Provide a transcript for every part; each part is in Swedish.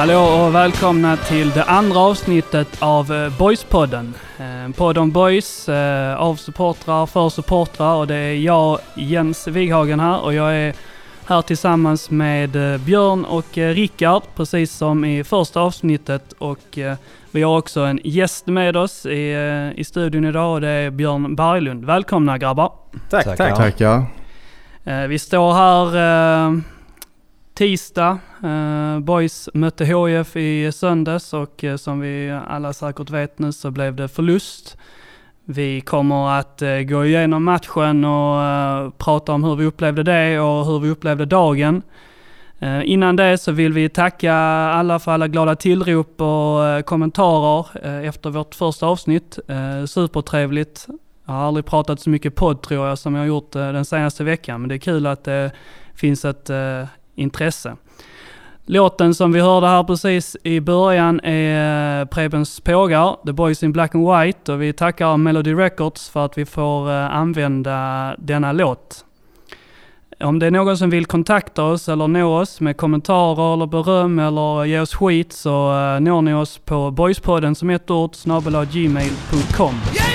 Hallå och välkomna till det andra avsnittet av Boys-podden. En podd om boys, av supportrar, för supportrar, och det är jag, Jens Wighagen här, och jag är här tillsammans med Björn och Rickard, precis som i första avsnittet, och vi har också en gäst med oss i studion idag, och det är Björn Berglund. Välkomna grabbar. Tackar. Vi står här tisdag. Boys mötte HIF i söndags, och som vi alla säkert vet nu så blev det förlust. Vi kommer att gå igenom matchen och prata om hur vi upplevde det och hur vi upplevde dagen. Innan det så vill vi tacka alla för alla glada tillrop och kommentarer efter vårt första avsnitt. Supertrevligt. Jag har aldrig pratat så mycket podd, tror jag, som jag har gjort den senaste veckan, men det är kul att det finns ett intresse. Låten som vi hörde här precis i början är Prebens Pågar, The Boys in Black and White, och vi tackar Melody Records för att vi får använda denna låt. Om det är någon som vill kontakta oss eller nå oss med kommentarer eller beröm eller ge oss skit, så når ni oss på boyspodden som ett ord @gmail.com.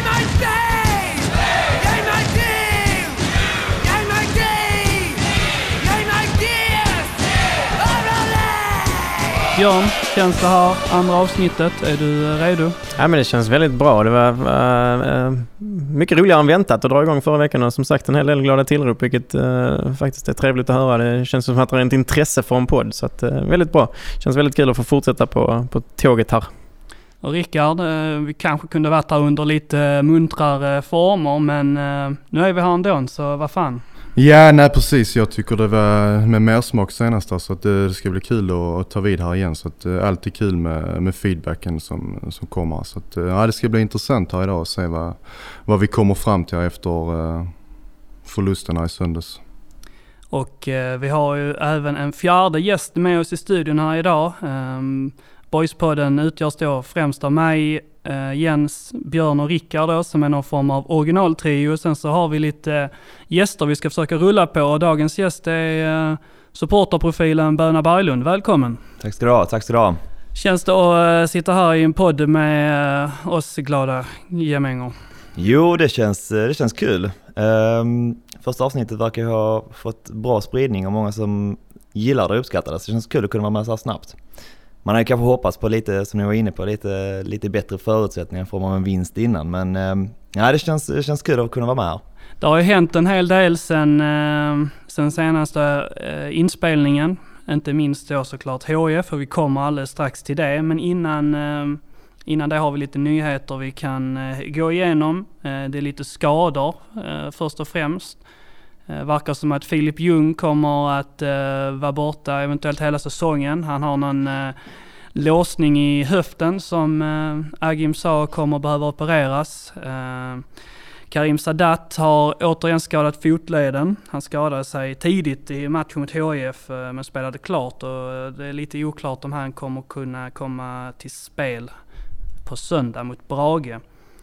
Björn, känns det här andra avsnittet? Är du redo? Ja, men det känns väldigt bra. Det var mycket roligare än väntat att dra igång förra veckan, och som sagt en hel del glada tillrop, vilket faktiskt är trevligt att höra. Det känns som att det är ett intresse för en podd, så att, väldigt bra. Det känns väldigt kul att få fortsätta på tåget här. Och Rickard, vi kanske kunde varit här under lite muntrare former, men nu är vi här ändå, så vad fan. Ja, nej precis. Jag tycker det var med mer smak senast där, så att det ska bli kul att ta vid här igen. Så att allt är kul med feedbacken som kommer. Så att det ska bli intressant här idag att se vad vi kommer fram till efter förlusterna i söndags. Och vi har ju även en fjärde gäst med oss i studion här idag. Boyspodden utgörs då främst av mig, Jens, Björn och Rickard då, som är någon form av originaltrio. Sen så har vi lite gäster vi ska försöka rulla på, och dagens gäst är supporterprofilen Böna Berglund. Välkommen! Tack ska du ha. Känns det att sitta här i en podd med oss glada gemängor? Jo, det känns kul. Första avsnittet verkar ha fått bra spridning och många som gillar det och uppskattar det, så det känns kul att kunna vara med så här snabbt. Man har kanske hoppats på lite, som ni var inne på, lite bättre förutsättningar för man en vinst innan. Men ja, det känns kul att kunna vara med här. Det har ju hänt en hel del sen senaste inspelningen. Inte minst då såklart HIF, för vi kommer alldeles strax till det. Men innan det har vi lite nyheter vi kan gå igenom. Det är lite skador först och främst. Verkar som att Filip Ljung kommer att vara borta eventuellt hela säsongen. Han har någon låsning i höften som Agim sa kommer behöva opereras. Karim Sadat har återigen skadat fotleden. Han skadade sig tidigt i matchen mot HIF men spelade klart, och det är lite oklart om han kommer kunna komma till spel på söndag mot Brage.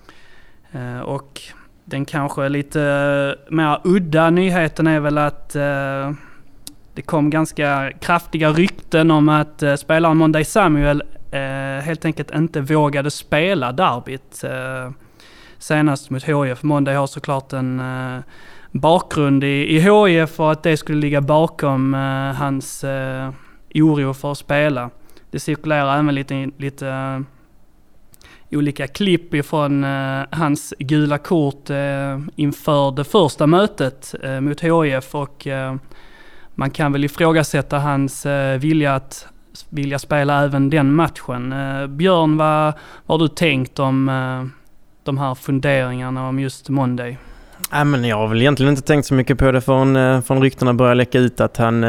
Och den kanske lite mer udda nyheten är väl att det kom ganska kraftiga rykten om att spelaren Monday Samuel helt enkelt inte vågade spela derbyt senast mot HIF. Monday har såklart en bakgrund i HIF, och att det skulle ligga bakom hans oro för att spela. Det cirkulerar även lite olika klipp ifrån hans gula kort inför det första mötet mot HIF, och man kan väl ifrågasätta hans vilja spela även den matchen. Björn, vad har du tänkt om de här funderingarna om just Monday? Ja, men jag har väl egentligen inte tänkt så mycket på det från ryktena började läcka ut att han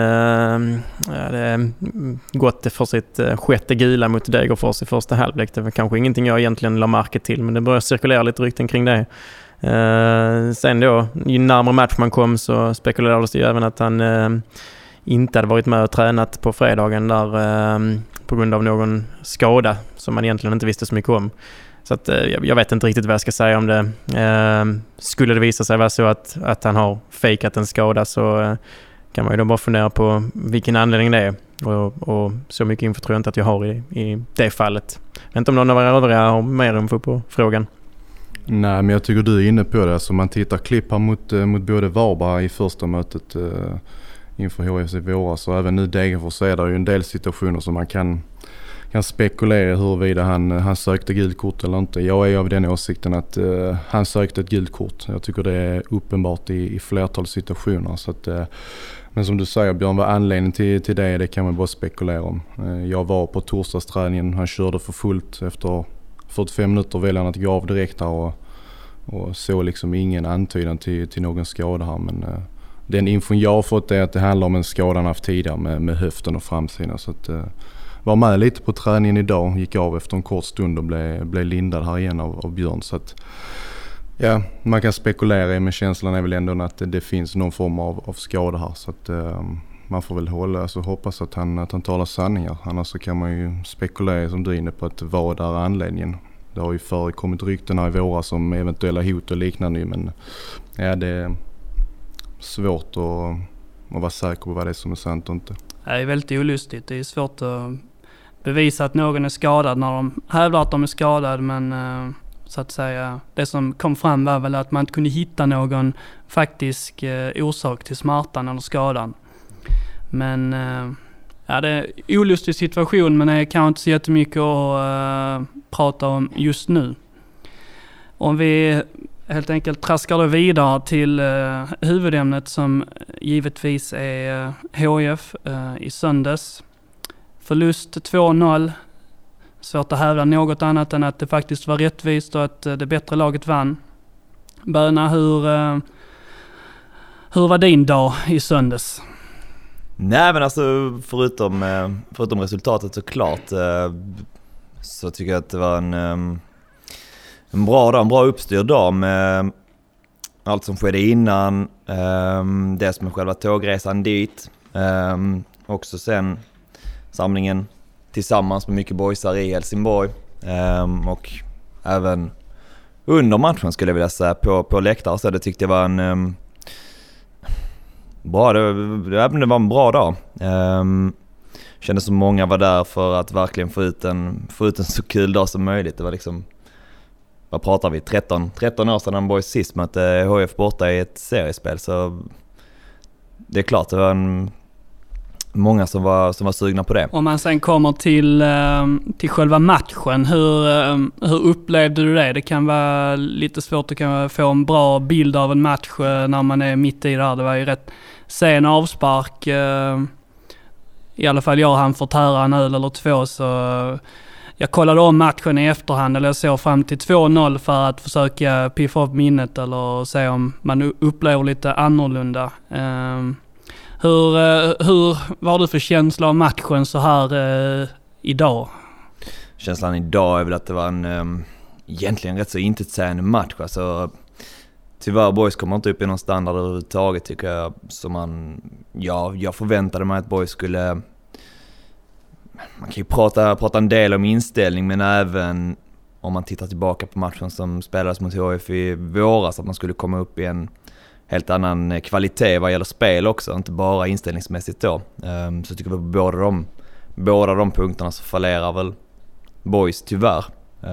hade gått för sitt sjätte gula mot Degerfors i första halvlek. Det var kanske ingenting jag egentligen la märke till, men det började cirkulera lite rykten kring det. Sen då, ju närmare match man kom, så spekulerades det ju även att han inte hade varit med och tränat på fredagen där på grund av någon skada som man egentligen inte visste så mycket om. Så att, jag vet inte riktigt vad jag ska säga om det. Skulle det visa sig vara så att han har fejkat en skada, så kan man ju då bara fundera på vilken anledning det är. Och så mycket info tror jag inte att jag har i det fallet. Jag vet inte om någon av er övriga har mer info på frågan. Nej, men jag tycker du är inne på det. Alltså man tittar klipp här mot både Varberg i första mötet inför HIF i våras och även nu Degerfors, så är det ju en del situationer som man kan spekulera huruvida han sökte gult kort eller inte. Jag är av den åsikten att han sökte ett gult kort. Jag tycker det är uppenbart i flertal situationer. Så att, men som du säger Björn, vad anledningen till det kan man bara spekulera om. Jag var på torsdagsträningen, han körde för fullt efter 45 minuter, väljer han att gå av direkt här och så liksom ingen antydan till någon skada här. Men den infon jag har fått är att det handlar om en skada han haft tidigare med höften och framsidan. Så att var med lite på träningen idag, gick av efter en kort stund och blev lindad här igen av Björn. Så att ja, man kan spekulera i, men känslan är väl ändå att det finns någon form av skada här. Så att man får väl hoppas att han talar sanningar. Annars så kan man ju spekulera, som du är inne på, att vad är anledningen. Det har ju förekommit rykten här i våras om eventuella hot och liknande, men ja, det är svårt att vara säker på vad det är som är sant och inte. Det är väldigt olustigt. Det är svårt att bevisa att någon är skadad när de hävdar att de är skadade, men så att säga, det som kom fram var väl att man inte kunde hitta någon faktisk orsak till smärtan eller skadan. Men ja, det är en olustig situation, men det kan inte så jättemycket att prata om just nu. Om vi helt enkelt traskar då vidare till huvudämnet som givetvis är HIF i söndags. Förlust 2-0. Svårt att hävda något annat än att det faktiskt var rättvist och att det bättre laget vann. Böna, hur var din dag i söndags? Nej, men alltså förutom resultatet såklart så tycker jag att det var en bra dag, en bra uppstyrd dag med allt som skedde innan, det som är själva tågresan dit, också sen samlingen tillsammans med mycket boysar i Helsingborg, och även under matchen skulle jag vilja säga på läktare, så det tyckte jag var en bra, det var en bra dag. Kändes som många var där för att verkligen få ut en så kul dag som möjligt. Det var liksom, vad pratar vi, 13 år sedan Boys sist mötte HIF borta i ett seriespel, så det är klart det var många som var sugna på det. Om man sen kommer till själva matchen, hur upplevde du det? Det kan vara lite svårt att få en bra bild av en match när man är mitt i det här. Det var ju rätt sen avspark. I alla fall jag hann förtära en öl eller två, så jag kollade om matchen i efterhand, eller jag såg fram till 2-0 för att försöka piffa upp minnet eller se om man upplever lite annorlunda. Hur var du för känsla av matchen så här idag? Känslan idag är väl att det var en egentligen rätt så intetsägande match. Alltså, tyvärr Boys kommer inte upp i någon standard överhuvudtaget, tycker jag. Som jag förväntade mig att Boys skulle... Man kan ju prata en del om inställning, men även om man tittar tillbaka på matchen som spelades mot HIF i våras, att man skulle komma upp i en helt annan kvalitet vad gäller spel också, inte bara inställningsmässigt då. Så tycker jag på båda de punkterna så fallerar väl Boys tyvärr.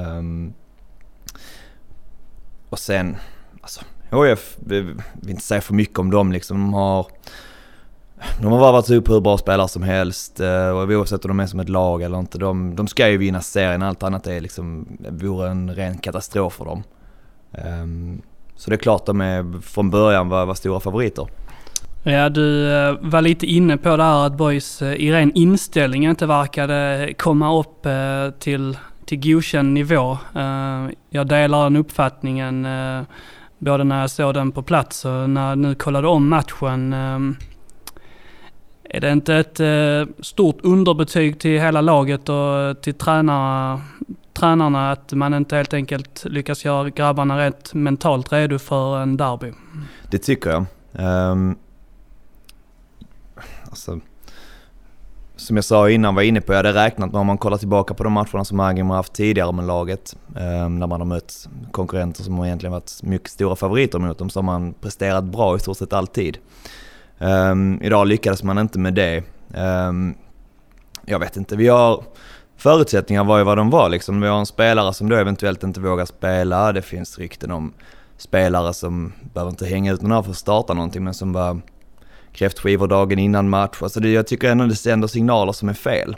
Och sen, alltså HIF, vi vill inte säga för mycket om dem liksom. De har varit upp hur bra spelare som helst, och oavsett om de är som ett lag eller inte, de ska ju vinna serien, allt annat är liksom, vore en ren katastrof för dem. Så det är klart de är från början var stora favoriter. Ja, du var lite inne på det här att Boys i ren inställning inte verkade komma upp till godkänd nivå. Jag delar den uppfattningen både när jag såg den på plats och när jag nu kollade om matchen. Är det inte ett stort underbetyg till hela laget och till tränarna att man inte helt enkelt lyckas göra grabbarna rätt mentalt redo för en derby? Det tycker jag. Alltså, som jag sa innan, var inne på, jag hade räknat med, om man kollar tillbaka på de matcherna som Agim har haft tidigare med laget, när man har mött konkurrenter som har egentligen varit mycket stora favoriter mot dem, så har man presterat bra i stort sett alltid. Idag lyckades man inte med det. jag vet inte, vi har förutsättningar var ju vad de var liksom. Vi har en spelare som då eventuellt inte vågar spela. Det finns rykten om spelare som behöver inte hänga ut någon här för att starta någonting, men som var kräftskivor dagen innan match. Alltså jag tycker ändå det sänder signaler som är fel.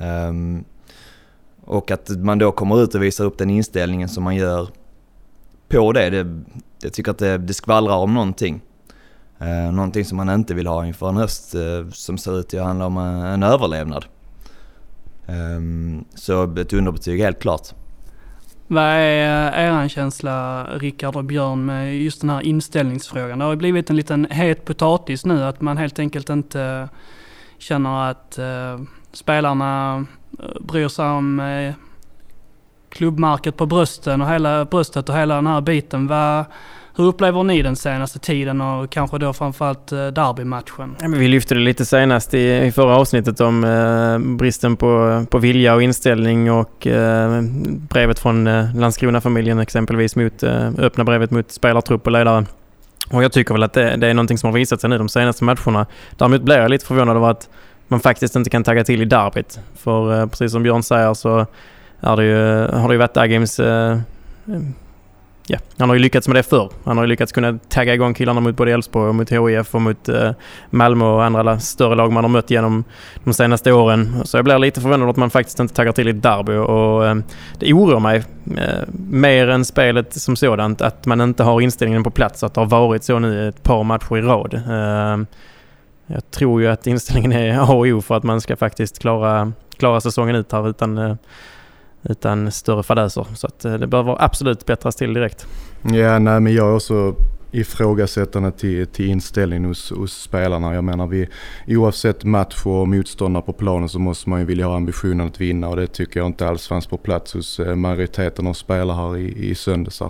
Och att man då kommer ut och visar upp den inställningen som man gör på det. Jag tycker att det skvallrar om någonting. Någonting som man inte vill ha inför en höst som ser ut att handla om en överlevnad. Så ett underbetyg helt klart. Vad är er känsla, Rickard och Björn, med just den här inställningsfrågan? Det har blivit en liten het potatis nu, att man helt enkelt inte känner att spelarna bryr sig om klubbmärket på brösten och hela bröstet och hela den här biten. Hur upplever ni den senaste tiden och kanske då framförallt derbymatchen? Ja, men vi lyfte det lite senast i förra avsnittet om bristen på vilja och inställning, och brevet från Landskrona-familjen exempelvis mot öppna brevet mot spelartrupp och ledare. Och jag tycker väl att det är någonting som har visat sig nu de senaste matcherna. Däremot blir jag lite förvånad över att man faktiskt inte kan tagga till i derbyt. För precis som Björn säger så har det ju varit Agims... han har ju lyckats med det förr. Han har ju lyckats kunna tagga igång killarna mot både Elfsborg och mot HIF och mot Malmö och andra större lag man har mött genom de senaste åren. Så jag blir lite förvånad att man faktiskt inte taggar till i derby, och det oroar mig mer än spelet som sådant att man inte har inställningen på plats, att det har varit så nu ett par matcher i rad. Jag tror ju att inställningen är A och O för att man ska faktiskt klara säsongen ut här utan större fadäser. Så att det behöver absolut bättras till direkt. Ja, nej, men jag är också ifrågasättande till inställning hos spelarna. Jag menar, oavsett match och motståndare på planen så måste man ju vilja ha ambitionen att vinna, och det tycker jag inte alls fanns på plats hos majoriteten av spelare här i söndagsar.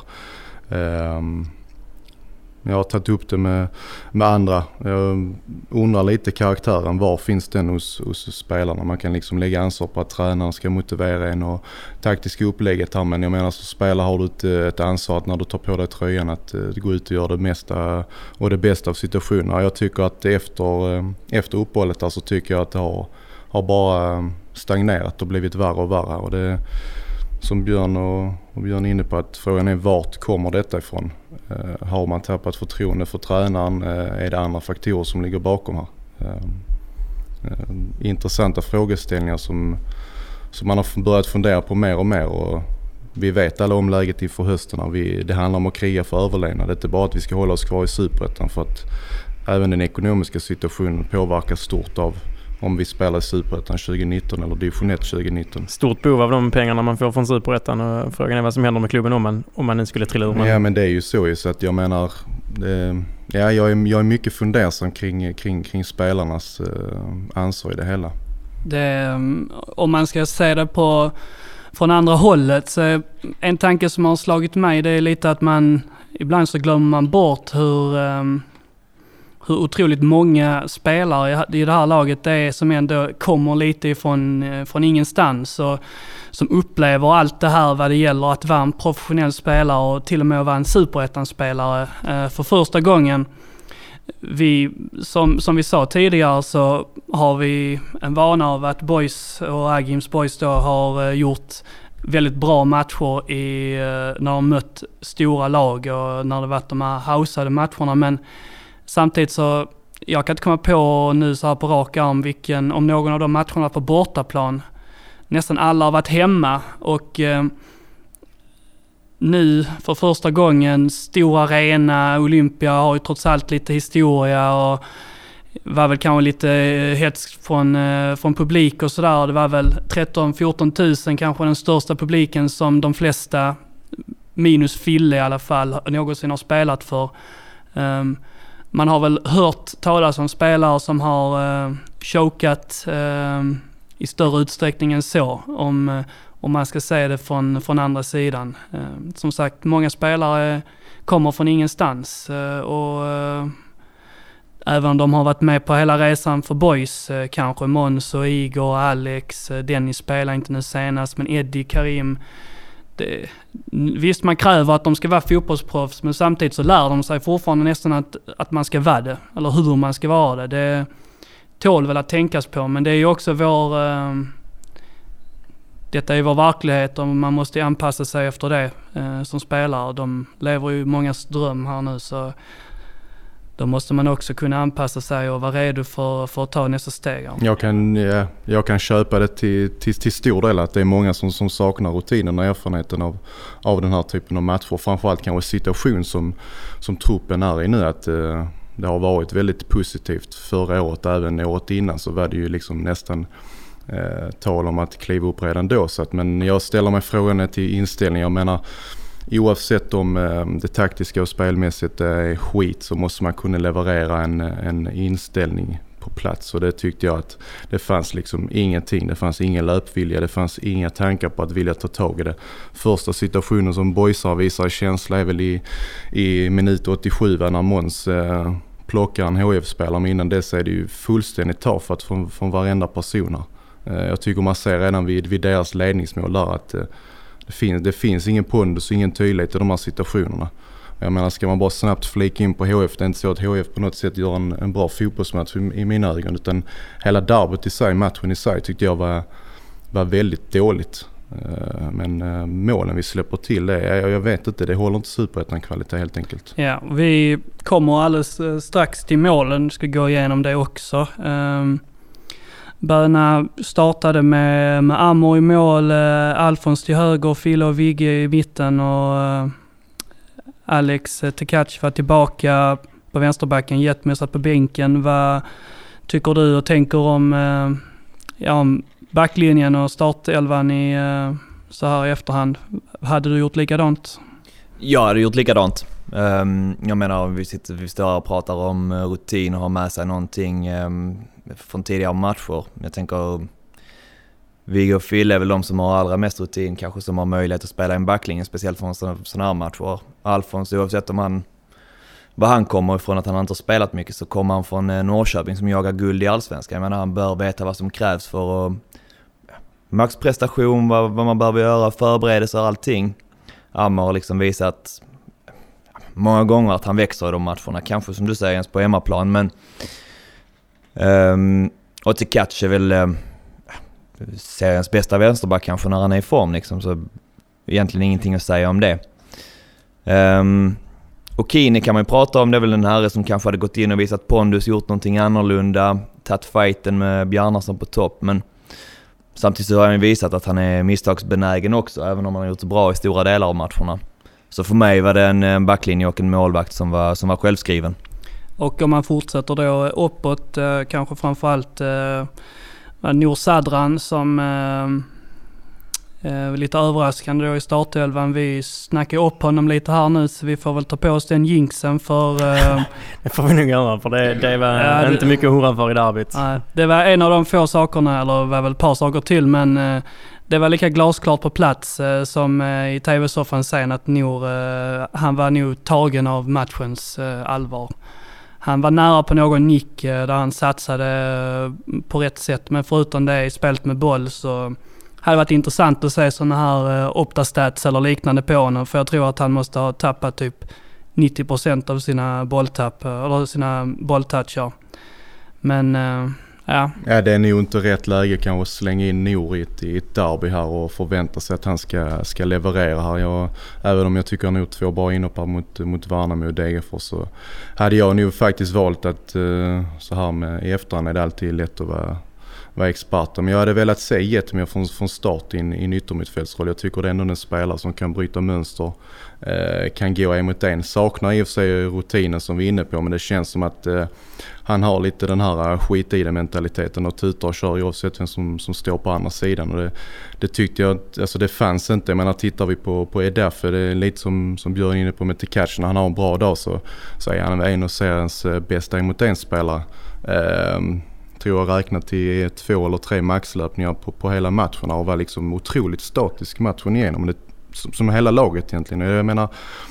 Jag har tagit upp det med andra. Jag undrar lite karaktären. Var finns den hos spelarna? Man kan liksom lägga ansvar på att tränaren ska motivera en och taktiska upplägget här. Men jag menar, som spelare har du ett ansvar att när du tar på dig tröjan att gå ut och göra det mesta och det bästa av situationen. Jag tycker att efter uppehållet där så tycker jag att det har bara stagnerat och blivit värre och värre. Och det som Björn och Björn är inne på, att frågan är vart kommer detta ifrån? Har man tappat förtroende för tränaren? Är det andra faktorer som ligger bakom här? Intressanta frågeställningar som man har börjat fundera på mer och mer, och vi vet alla om läget inför hösten. Det handlar om att kriga för överlevnad. Det är inte bara att vi ska hålla oss kvar i Superettan, för att även den ekonomiska situationen påverkas stort av om vi spelar i Superettan 2019 eller Division 1 2019. Stort behov av de pengarna man får från Superettan, och frågan är vad som händer med klubben om man nu skulle trilla ur. Ja, men det är ju så att jag menar, jag är mycket fundersam kring spelarnas ansvar i det hela. Om man ska se det från andra hållet, så en tanke som har slagit mig, det är lite att man ibland så glömmer man bort hur otroligt många spelare i det här laget det är som ändå kommer lite från ingenstans och som upplever allt det här vad det gäller att vara en professionell spelare och till och med vara en Superettan-spelare för första gången. Som vi sa tidigare så har vi en vana av att Boys och Agims Boys då har gjort väldigt bra matcher när de mött stora lag och när det varit de här houseade matcherna, men samtidigt så jag kan inte komma på nu så här på rak arm om någon av de matcherna på bortaplan. Nästan alla har varit hemma, och nu för första gången stor arena, Olympia har ju trots allt lite historia och var väl kanske lite hets från publik och sådär. Det var väl 13-14 000 kanske den största publiken som de flesta minus Fille i alla fall någonsin har spelat för. Man har väl hört talas om spelare som har chokat i större utsträckning än så, om man ska se det från andra sidan. Som sagt, många spelare kommer från ingenstans, och även om de har varit med på hela resan för Boys, kanske Måns och Igor, Alex, Dennis spelar inte nu senast, men Eddie, Karim, visst man kräver att de ska vara fotbollsproffs, men samtidigt så lär de sig fortfarande nästan att man ska vara det, eller hur man ska vara det. Det tål väl att tänkas på, men det är ju också detta är vår verklighet och man måste anpassa sig efter det som spelare. De lever ju mångas dröm här nu, så då måste man också kunna anpassa sig och vara redo för att ta nästa steg. Jag kan köpa det till stor del, att det är många som saknar rutinen och erfarenheten av den här typen av matcher. Framförallt kanske situation som truppen är i nu, att det har varit väldigt positivt förra året. Även året innan så var det ju liksom nästan tal om att kliva upp redan då. Men jag ställer mig frågan till inställning. Jag menar, oavsett om det taktiska och spelmässigt är skit, så måste man kunna leverera en inställning på plats. Och det tyckte jag att det fanns liksom ingenting. Det fanns ingen löpvilja, det fanns inga tankar på att vilja ta tag i det. Första situationen som boysar visar känsla är väl i minut 87 när Måns plockar en HF-spelare, men innan dess är det ju fullständigt tafatt från varenda person. Jag tycker man ser redan vid deras ledningsmål där att det finns ingen pondus och ingen tydlighet i de här situationerna. Jag menar, ska man bara snabbt flika in på HF, det är inte så att HF på något sätt gör en bra fotbollsmatch i mina ögon, utan hela derbyt i sig, matchen i sig, tyckte jag var väldigt dåligt. Men målen vi släpper till jag vet inte, det håller inte superettan kvalitet helt enkelt. Ja, vi kommer alldeles strax till målen, ska gå igenom det också. Böna startade med Amor i mål, Alfons till höger, Fille och Vigge i mitten och Alex Tekac var tillbaka på vänsterbacken, Jetmer satt på bänken. Vad tycker du och tänker om backlinjen och startelvan så här i efterhand? Hade du gjort likadant? Jag hade gjort likadant. Jag menar, vi står och pratar om rutin och har med sig någonting från tidigare matcher. Jag tänker Viggo och Phil är väl de som har allra mest rutin, kanske som har möjlighet att spela en backlinje, speciellt från sådana här matcher. Alfons, oavsett om var han kommer ifrån, att han inte har spelat mycket, så kommer han från Norrköping som jagar guld i Allsvenskan. Jag menar, han bör veta vad som krävs för maxprestation, vad man behöver göra, förberedelser och allting. Amor har liksom visat många gånger att han växer i de matcherna, kanske som du säger ens på hemmaplan, men och till Catch är väl seriens bästa vänsterback kanske när han är i form liksom, så egentligen ingenting att säga om det. Och Kini kan man ju prata om, det är väl den här som kanske hade gått in och visat pondus, gjort någonting annorlunda, tagit fighten med Bjarnason på topp, men samtidigt så har han visat att han är misstagsbenägen också, även om han har gjort bra i stora delar av matcherna. Så för mig var det en backlinje och en målvakt som var självskriven. Och om man fortsätter då uppåt, kanske framförallt Nour Sadran som lite överraskande då i startelvan. Vi snackar upp honom lite här nu, så vi får väl ta på oss den jinxen för... Det får vi nog göra, för det var inte mycket att hurra för i derbyt. Det var en av de få sakerna, eller var väl ett par saker till, men det var lika glasklart på plats som i tv-soffan sen att Nour, han var nog tagen av matchens allvar. Han var nära på någon nick där han satsade på rätt sätt, men förutom det i spelet med boll så hade det varit intressant att se sådana här optastats eller liknande på honom, för jag tror att han måste ha tappat typ 90% av sina bolltapp eller sina bolltoucher. Men ja, det är nog inte rätt läge kanske att slänga in Nour i ett derby här och förvänta sig att han ska leverera här. Även om jag tycker han har gjort 2 bra inhopp mot Värnamo och Degerfors, så hade jag nog faktiskt valt att så här i efterhand är det alltid lätt att vara expert. Men jag hade velat se jättemycket från start in i yttermittfältsroll. Jag tycker det är ändå en spelare som kan bryta mönster, kan gå en mot en. Saknar i och för sig rutinen som vi är inne på, men det känns som att han har lite den här skit i den mentaliteten och tutar och kör oavsett vem som står på andra sidan. Och det tyckte jag, alltså det fanns inte. Jag menar, tittar vi på EDF, det är lite som Björn är inne på med Tekac, när han har en bra dag så är han en av seriens bästa mot en spelare. Tror jag räknat till 2 eller 3 maxlöpningar på hela matchen och var liksom otroligt statisk matchen igenom. Som hela laget egentligen. Jag menar,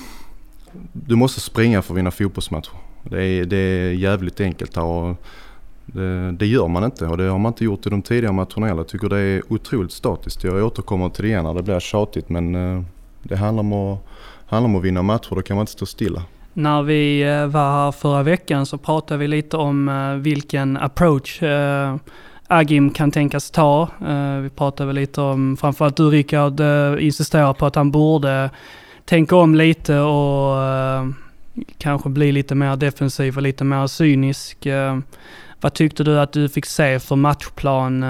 du måste springa för att vinna fotbollsmatcher. Det är jävligt enkelt här och det gör man inte, och det har man inte gjort i de tidigare matcherna. Jag tycker det är otroligt statiskt. Jag återkommer till det igen när det blir tjatigt, men det handlar om att vinna matcher, då kan man inte stå stilla. När vi var här förra veckan så pratade vi lite om vilken approach Agim kan tänkas ta. Vi pratade väl lite om, framförallt du Rickard insisterar på att han borde tänka om lite och kanske bli lite mer defensiv och lite mer cynisk. Vad tyckte du att du fick se för matchplan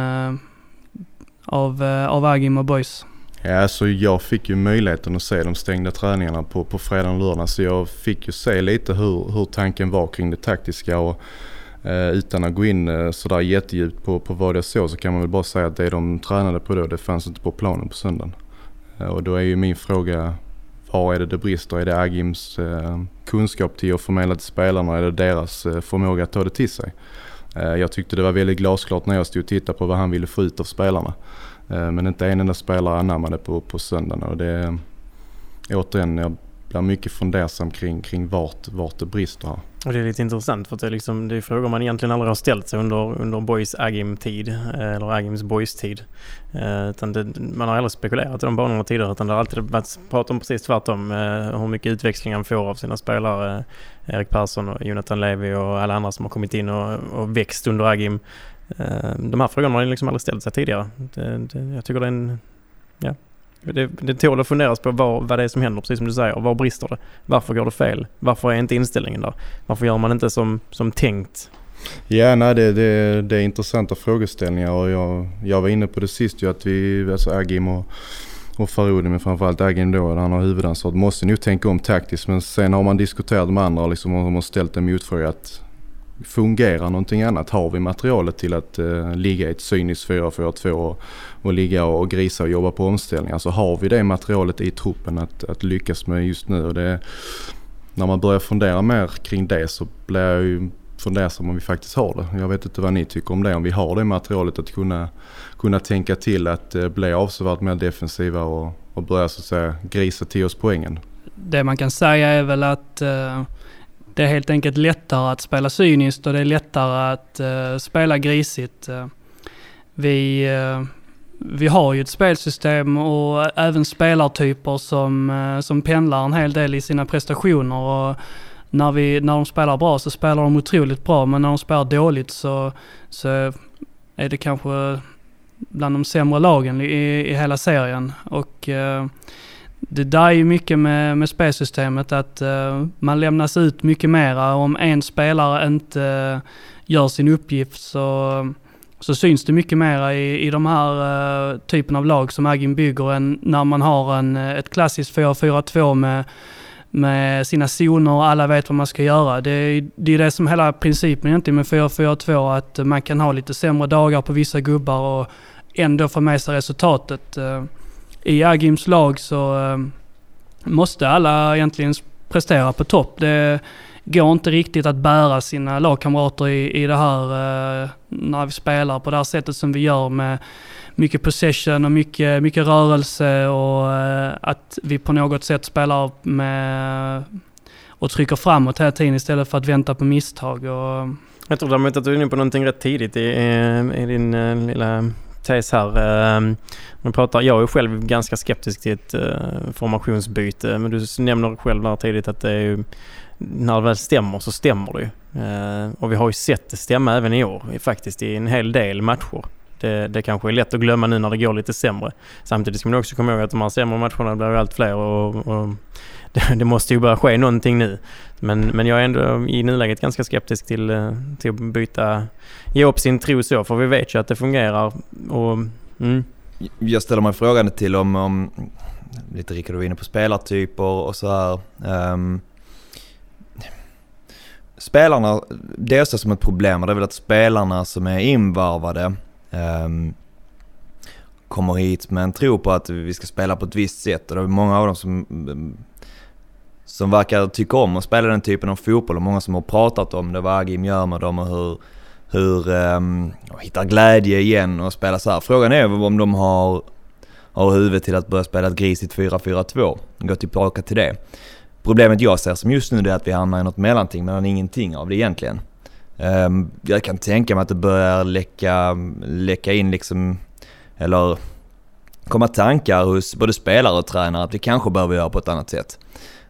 av Agim och boys? Ja, alltså jag fick ju möjligheten att se de stängda träningarna på fredag och lördag, så jag fick ju se lite hur tanken var kring det taktiska, och utan att gå in sådär jättedjupt på vad jag såg, så kan man väl bara säga att det de tränade på då, det fanns inte på planen på söndagen. Och då är ju min fråga, var är det brister? Är det Agims kunskap till att förmedla till spelarna, eller deras förmåga att ta det till sig? Jag tyckte det var väldigt glasklart när jag stod och tittade på vad han ville få ut av spelarna. Men inte en enda spelare anammade på söndagen, och det återigen, jag blir mycket fundersam kring vart det brister här. Och det är lite intressant för att det är frågor man egentligen aldrig har ställt sig under Boys Agim-tid eller Agims Boys-tid. Man har aldrig spekulerat i de banorna tidigare, utan det har alltid varit prat om precis tvärtom hur mycket utväxling han får av sina spelare, Erik Persson och Jonathan Levi och alla andra som har kommit in och växt under Agim. De här frågorna har liksom aldrig ställt sig tidigare. Jag tycker det tål att funderas på vad det är som händer, precis som du säger. Var brister det? Varför går det fel? Varför är inte inställningen där? Varför gör man inte som tänkt? Ja, nej, det är intressanta frågeställningar, och jag var inne på det sist ju, att vi, alltså Agim och Faroudi, men framförallt Agim då, han har huvudansvaret, måste nog tänka om taktiskt, men sen har man diskuterat de andra liksom, och har ställt en motfråga att fungerar någonting annat? Har vi materialet till att ligga i ett cyniskt 4-4-2 och ligga och grisa och jobba på omställningar? Alltså har vi det materialet i truppen att lyckas med just nu? Och när man börjar fundera mer kring det, så blir jag ju fundersam om vi faktiskt har det. Jag vet inte vad ni tycker om det, om vi har det materialet att kunna tänka till att bli avsevärt mer defensiva och börja så att säga grisa till oss poängen. Det man kan säga är väl att det är helt enkelt lättare att spela cyniskt, och det är lättare att spela grisigt. Vi har ju ett spelsystem och även spelartyper som pendlar en hel del i sina prestationer, och när de spelar bra så spelar de otroligt bra, men när de spelar dåligt så är det kanske bland de sämre lagen i hela serien. Och det där är ju mycket med spelsystemet, att man lämnas ut mycket mera. Om en spelare inte gör sin uppgift så syns det mycket mera i de här typen av lag som Agim bygger, än när man har ett klassiskt 4-4-2 med sina zoner och alla vet vad man ska göra. Det är det som hela principen egentligen med 4-4-2, att man kan ha lite sämre dagar på vissa gubbar och ändå få med sig resultatet. I Agims lag så måste alla egentligen prestera på topp. Det går inte riktigt att bära sina lagkamrater i det här när vi spelar på det här sättet som vi gör, med mycket possession och mycket rörelse, och att vi på något sätt spelar med och trycker framåt hela tiden istället för att vänta på misstag. Och jag tror däremot att du är inne på någonting rätt tidigt i din lilla tes här. Jag är själv ganska skeptisk till ett formationsbyte, men du nämner själv där tidigt att det är ju, när det väl stämmer så stämmer det ju. Och vi har ju sett det stämma även i år, faktiskt i en hel del matcher. Det kanske är lätt att glömma nu när det går lite sämre. Samtidigt ska man också komma ihåg att de här sämre matcherna blir allt fler, och det måste ju börja ske någonting nu. Men jag är ändå i nuläget ganska skeptisk till att ge upp sin tro så, för vi vet ju att det fungerar. Jag ställer mig frågan till om lite Rickard var inne på spelartyper och så här. Spelarna, det är som ett problem, och det är väl att spelarna som är invarvade kommer hit med en tro på att vi ska spela på ett visst sätt, och det är många av dem som verkar tycka om att spela den typen av fotboll, och många som har pratat om det, vad Agim gör med dem och hur hittar glädje igen och spela så här. Frågan är om de har huvudet till att börja spela ett grisigt 4-4-2, gå tillbaka till det. Problemet jag ser som just nu är att vi hamnar i något mellanting mellan ingenting av det egentligen. Jag kan tänka mig att det börjar läcka in liksom, eller komma tankar hos både spelare och tränare att vi kanske behöver göra på ett annat sätt.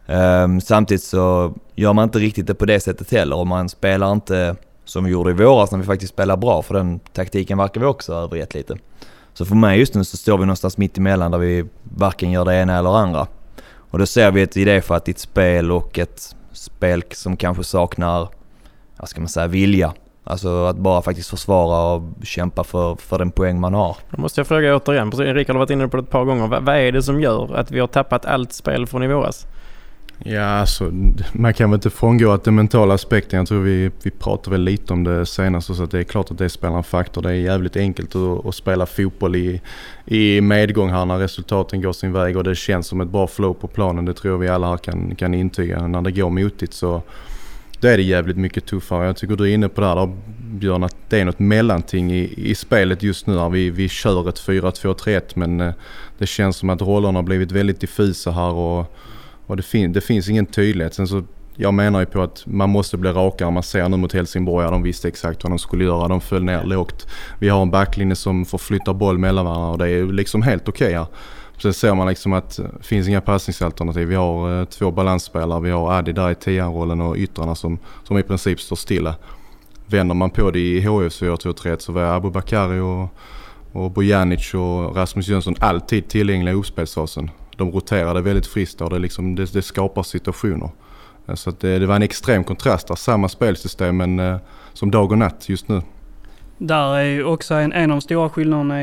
Samtidigt så gör man inte riktigt det på det sättet heller, och man spelar inte som vi gjorde i våras när vi faktiskt spelar bra, för den taktiken verkar vi också övergett lite. Så för mig just nu så står vi någonstans mitt emellan där vi varken gör det ena eller andra. Och då ser vi ett idé för att ett spel och ett spel som kanske saknar, vad ska man säga, vilja. Alltså att bara faktiskt försvara och kämpa för den poäng man har. Då måste jag fråga återigen, Rickard har varit inne på det ett par gånger. Vad är det som gör att vi har tappat allt spel från i våras? Ja, alltså, man kan väl inte frångå att den mentala aspekten, jag tror vi pratar väl lite om det senast, så att det är klart att det spelar en faktor. Det är jävligt enkelt att spela fotboll i medgång här när resultaten går sin väg och det känns som ett bra flow på planen. Det tror jag vi alla här kan intyga. När det går motigt så då är det jävligt mycket tuffare. Jag tycker du är inne på det här då, Björn, att det är något mellanting i spelet just nu. Vi kör ett 4-2-3-1, men det känns som att rollerna har blivit väldigt diffusa här och det finns ingen tydlighet. Sen så, jag menar ju på att man måste bli rakare. Man ser nu mot Helsingborg, de visste exakt vad de skulle göra. De föll ner lågt. Vi har en backlinje som får flytta boll mellan varandra och det är liksom helt okej här. Sen ser man liksom att det finns inga passningsalternativ. Vi har 2 balansspelare. Vi har Adi där i 10-rollen och yttrarna som i princip står stilla. Vänder man på det i HF 4-2-3 så var Abu Bakari och Bojanic och Rasmus Jönsson alltid tillgängliga i uppspelsfasen. De roterade väldigt friskt och det skapar situationer. Så att det var en extrem kontrast där. Samma spelsystem men som dag och natt just nu. Där är ju också en av de stora skillnaderna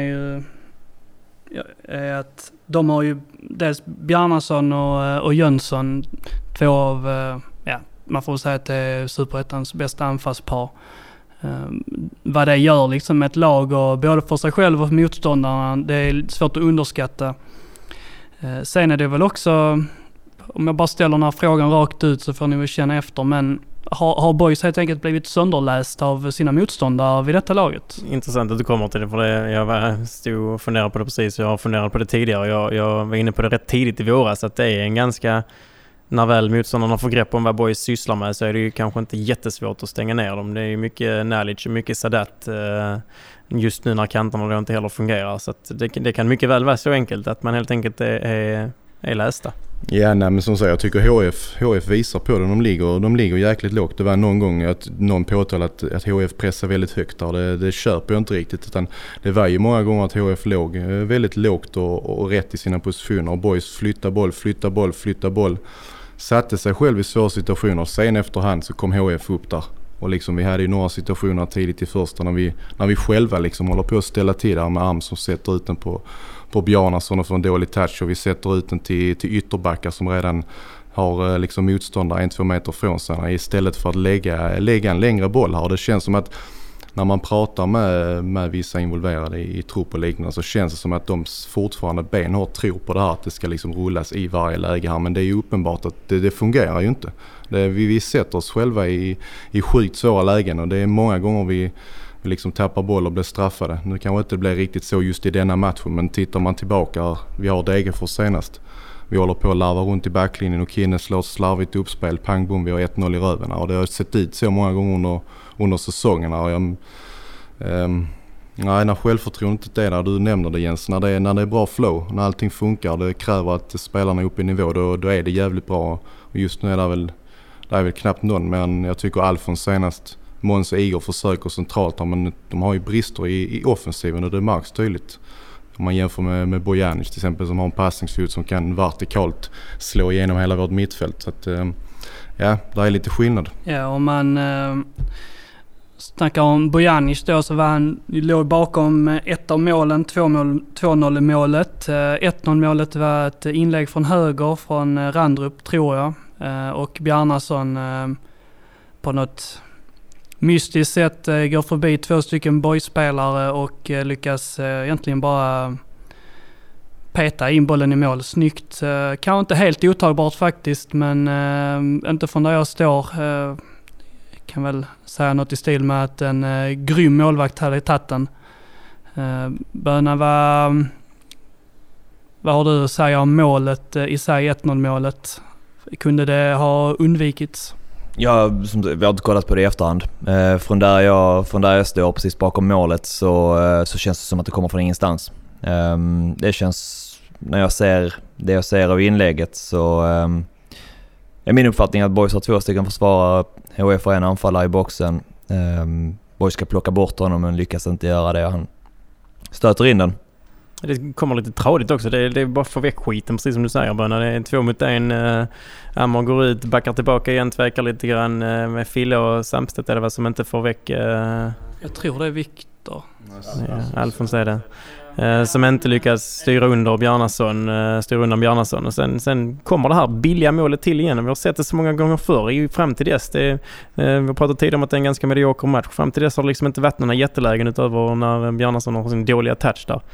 är att de har ju dels Bjarnason och Jönsson, 2 av, man får säga att det är Superettans bästa anfallspar. Vad det gör liksom med ett lag och både för sig själv och för motståndarna, det är svårt att underskatta. Sen är det väl också, om jag bara ställer den här frågan rakt ut så får ni väl känna efter, men har Boys helt enkelt blivit sönderläst av sina motståndare vid detta laget? Intressant att du kommer till det, för jag stod och funderade på det precis. Jag har funderat på det tidigare. Jag var inne på det rätt tidigt i våras att det är en ganska, när väl motståndarna får grepp om vad Boys sysslar med så är det ju kanske inte jättesvårt att stänga ner dem. Det är ju mycket Nalic och mycket Sadat just nu när kanterna då inte heller fungerar. Så att det kan mycket väl vara så enkelt att man helt enkelt är lästa. Ja, nej, men som sagt, jag tycker HF visar på det. De ligger jäkligt lågt. Det var någon gång att någon påtalade att HF pressar väldigt högt där. Det köper jag inte riktigt. Utan det var ju många gånger att HF låg väldigt lågt och rätt i sina positioner. Och Boys flytta boll. Satte sig själv i svåra situationer. Sen efterhand så kom HF upp där. Och liksom vi hade ju några situationer tidigt i första när vi själva liksom håller på att ställa till där med arm som sätter ut den på Bjarnason och får en dålig touch och vi sätter ut den till ytterbackar som redan har liksom motståndare 1-2 meter från sig istället för att lägga en längre boll här. Det känns som att när man pratar med vissa involverade i trupp och liknande så känns det som att de fortfarande benhårt tror på det här att det ska liksom rullas i varje läge här, men det är ju uppenbart att det fungerar ju inte. Vi sätter oss själva i sjukt svåra lägen och det är många gånger vi liksom tappar boll och blir straffade. Nu kanske inte det blir riktigt så just i denna matchen, men tittar man tillbaka, vi har Degerfors senast. Vi håller på att larva runt i backlinjen och Kinne slår slarvigt uppspel, pang bom, vi har 1-0 i röven. Och det har sett ut så många gånger under säsongerna. När självförtroendet är där, du nämner det Jens, när det är bra flow, när allting funkar, det kräver att spelarna är uppe i nivå, då är det jävligt bra. Och just nu är det väl knappt någon, men jag tycker Alfons senast, Måns och Igor försöker centralt här, men de har ju brister i offensiven och det märks tydligt. Om man jämför med Bojanic till exempel som har en passningsfot som kan vertikalt slå igenom hela vårt mittfält. Så att, ja, det är lite skillnad. Ja, om man snackar om Bojanic då så var han låg bakom ett av målen, 2-0 målet. 1-0 målet var ett inlägg från höger från Randrup tror jag. Och Bjarnason på något mystiskt sätt går förbi 2 stycken boyspelare och lyckas egentligen bara peta in bollen i mål. Snyggt. Kanske inte helt otagbart faktiskt, men inte från där jag står. Kan väl säga något i stil med att en grym målvakt hade tagit den. Böna, vad har du att säga om målet i sig, 1-0 målet? Kunde det ha undvikits? Ja, vi har inte kollat på det i efterhand. Från där jag står precis bakom målet så känns det som att det kommer från ingenstans. Det känns, när jag ser det jag ser av inlägget så är min uppfattning att Boys har 2 stycken försvarare, HF har en anfallare i boxen. Boys ska plocka bort honom men lyckas inte göra det. Han stöter in den. Det kommer lite tradigt också. Det är bara för väck skiten, precis som du säger. Bara när det är 2 mot 1. Amor går ut, backar tillbaka igen, tvekar lite grann med Fille och Samstedt är det vad som inte får väck. Jag tror det är Viktor. Ja, Alfons är det. Som inte lyckas styra undan Bjarnason. Och sen kommer det här billiga målet till igen. Vi har sett det så många gånger förr fram till dess. Vi har pratat tidigare om att det är en ganska medioker match. Fram till dess har det liksom inte varit några jättelägen utöver när Bjarnason har sin dåliga touch där.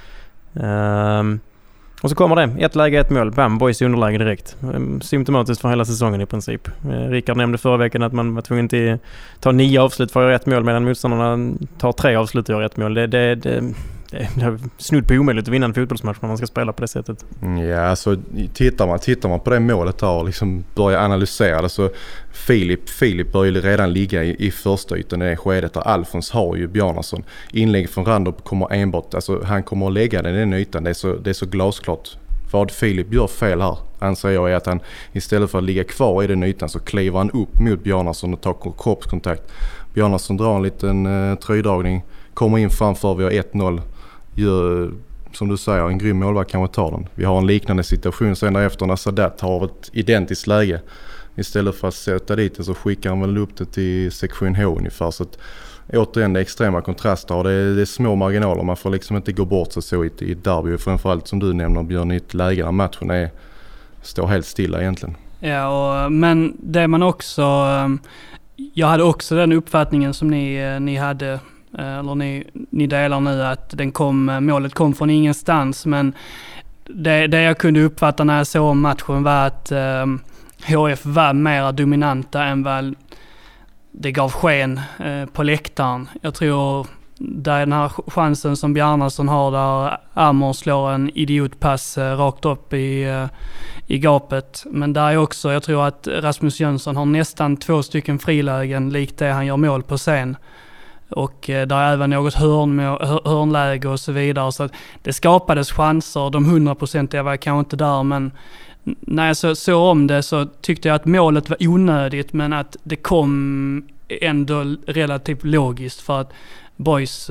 Och så kommer det, 1 läge, 1 mål. Bam, Boys i underläge direkt. Symptomatiskt för hela säsongen i princip. Rickard nämnde förra veckan att man var tvungen att ta 9 avslut för att göra 1 mål medan motståndarna tar 3 avslut för att göra 1 mål. Det är snudd på omöjligt att vinna en fotbollsmatch när man ska spela på det sättet. Ja, alltså tittar man på det målet här och liksom börjar analysera det, så Filip bör ju redan ligga i första ytan i det skedet där Alfons har ju Bjarnason. Inlägg från Randop kommer enbart, alltså han kommer att lägga den i den ytan, det är så glasklart. Vad Filip gör fel här, anser jag, är att han istället för att ligga kvar i den ytan så kliver han upp mot Bjarnason och tar kroppskontakt. Bjarnason drar en liten tröjdragning, kommer in framför, vi har 1-0. Gör, som du säger, en grym målvakt kanske tar den. Vi har en liknande situation sen därefter när Sadat har ett identiskt läge. Istället för att sätta dit det så skickar han väl upp det till sektion H ungefär. Så att, återigen, det är extrema kontraster och det är små marginaler. Man får liksom inte gå bort sig så i derby. Framförallt som du nämner, Björn, i ett läge där matchen står helt stilla egentligen. Ja, men det man också... Jag hade också den uppfattningen som ni hade... eller ni delar nu, att målet kom från ingenstans, men det jag kunde uppfatta när jag såg matchen var att HF var mer dominanta än vad det gav sken på läktaren. Jag tror den här chansen som Bjarnason har där Amor slår en idiotpass rakt upp i gapet, men där är också, jag tror att Rasmus Jönsson har nästan 2 stycken frilägen likt det han gör mål på scen. Och där är även något hörnläge och så vidare. Så att det skapades chanser. De 100% var kanske inte där. Men när jag såg om det så tyckte jag att målet var onödigt. Men att det kom ändå relativt logiskt. För att Boys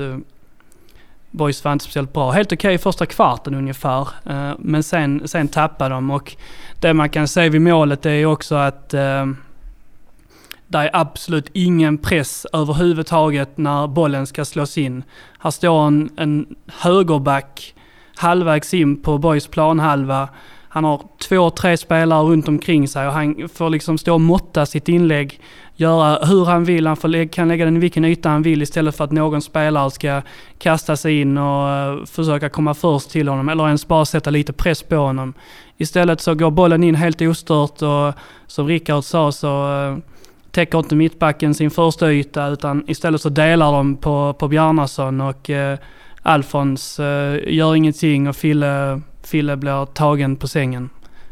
var inte speciellt bra. Helt okej i första kvarten ungefär. Men sen tappade de. Och det man kan säga vid målet är också att... det är absolut ingen press överhuvudtaget när bollen ska slås in. Här står en högerback halvvägs in på Boys planhalva. Han har 2-3 spelare runt omkring sig och han får liksom stå och måtta sitt inlägg. Göra hur han vill. Han kan lägga den i vilken yta han vill istället för att någon spelare ska kasta sig in och försöka komma först till honom. Eller ens bara sätta lite press på honom. Istället så går bollen in helt ostört och som Rickard sa så... täcker inte mittbacken sin första yta utan istället så delar de på Bjarnason och Alfons gör ingenting och Fille blir tagen på sängen.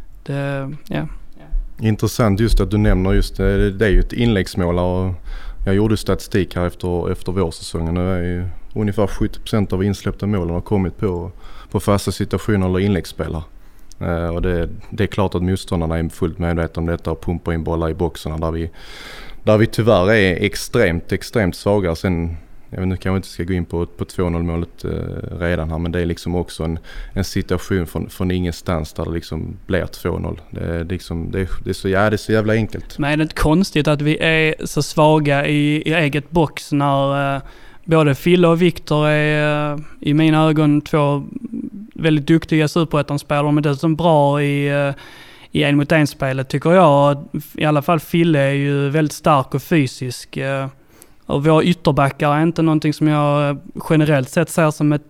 Intressant just att du nämner just det är ju ett inläggsmål och jag gjorde statistik här efter vårsäsongen. Det är ju ungefär 70% av insläppta målen har kommit på fasta situationer eller inläggsspelare. Och det är klart att motståndarna är fullt medvetna om detta och pumpar in bollar i boxarna där vi tyvärr är extremt svaga. Sen, jag vet inte, kanske inte ska gå in på 2-0 målet redan här, men det är liksom också en situation från ingenstans där det liksom blir 2-0. Det är så jävla enkelt. Men är det inte konstigt att vi är så svaga i eget box när både Fille och Viktor är i mina ögon 2 väldigt duktiga superettanspelare, men dessutom bra i 1-mot-1-spelet tycker jag. I alla fall Fille är ju väldigt stark och fysisk. Och våra ytterbackar är inte någonting som jag generellt sett ser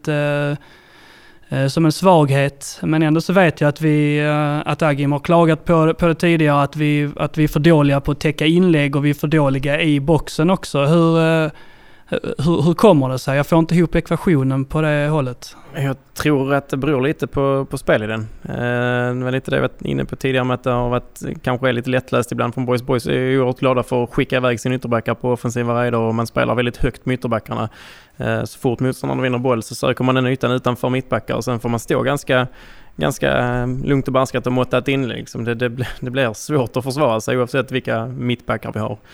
som en svaghet. Men ändå så vet jag att Agim har klagat på det tidigare, att vi är för dåliga på att täcka inlägg och vi är för dåliga i boxen också. Hur kommer det sig? Jag får inte ihop ekvationen på det hållet. Jag tror att det beror lite på spelidén. Det var lite det jag var inne på tidigare med att det har varit kanske lite lättläst ibland från Boys. Boys är ju oerhört glada för att skicka iväg sin ytterbackar på offensiva raider och man spelar väldigt högt med ytterbackarna. Så fort motståndaren vinner boll så söker man den ytan utanför mittbackar och sen får man stå ganska lugnt och banskat och måtta ett inlägg. Liksom det blir svårt att försvara sig oavsett vilka mittbackar vi har.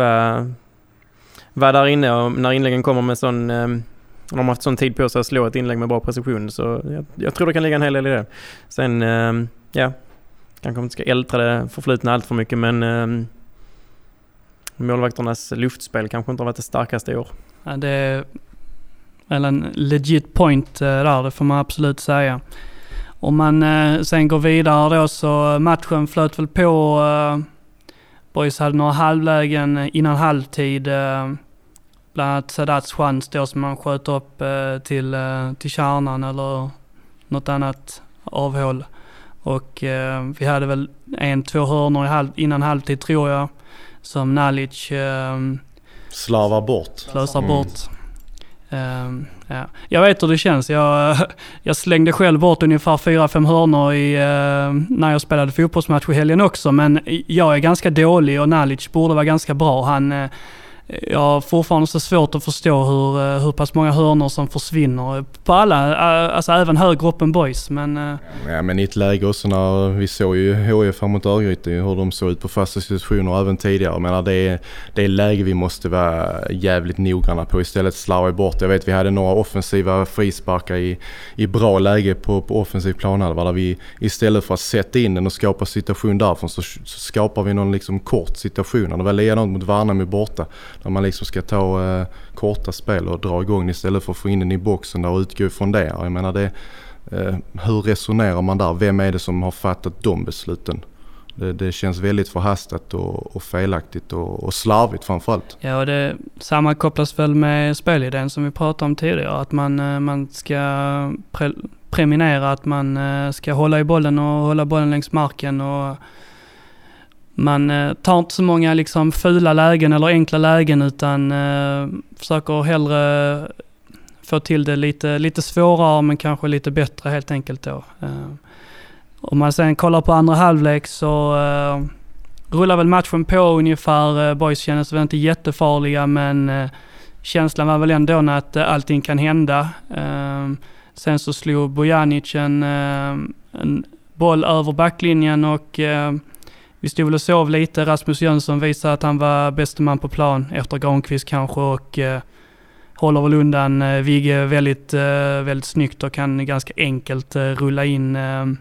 Var där inne och när inläggen kommer med sån... de har haft sån tid på sig att slå ett inlägg med bra precision så jag tror det kan ligga en hel del i det. Sen, kanske inte ska ältra det förflutna allt för mycket men målvakternas luftspel kanske inte har varit det starkaste i år. Ja, det är en legit point där, det får man absolut säga. Om man sen går vidare då så matchen flöt väl på. Boys hade några halvlägen innan halvtid. Bland annat Sadats chans då som man sköt upp till kärnan eller något annat avhåll. Och vi hade väl 1-2 hörnor innan halvtid tror jag. Som Nalic slösar bort. Ja. Jag vet hur det känns. Jag slängde själv bort ungefär 4-5 hörnor när jag spelade fotbollsmatch i helgen också. Men jag är ganska dålig och Nalic borde vara ganska bra. Jag har fortfarande så svårt att förstå hur pass många hörnor som försvinner på alla, alltså även högre upp än Boys. Men i ett läge också när vi såg ju HIF mot Örgryte hur de såg ut på fasta situationer även tidigare. Jag menar, det är läge vi måste vara jävligt noggranna på, istället slarva bort. Jag vet vi hade några offensiva frisparkar i bra läge på offensiv planhalva där vi istället för att sätta in den och skapa situation därifrån så skapar vi någon liksom kort situation. Det var likadant mot Värnamo borta. När man liksom ska ta korta spel och dra igång istället för att få in den i boxen där och utgå från det. Jag menar hur resonerar man där? Vem är det som har fattat de besluten? Det känns väldigt förhastat och felaktigt och slarvigt framförallt. Ja, och det sammankopplas väl med spelidén som vi pratade om tidigare. Att man ska preminera att man ska hålla i bollen och hålla bollen längs marken och man tar inte så många liksom fula lägen eller enkla lägen utan försöker hellre få till det lite svårare men kanske lite bättre helt enkelt då. Om man sen kollar på andra halvlek så rullar väl matchen på ungefär. Boys kändes väl inte jättefarliga men känslan var väl ändå att allting kan hända. Sen så slog Bojanic en boll över backlinjen och vi stod väl och sov lite. Rasmus Jönsson visade att han var bäste man på plan efter Granqvist kanske och håller väl undan Vigge väldigt, väldigt snyggt och kan ganska enkelt rulla in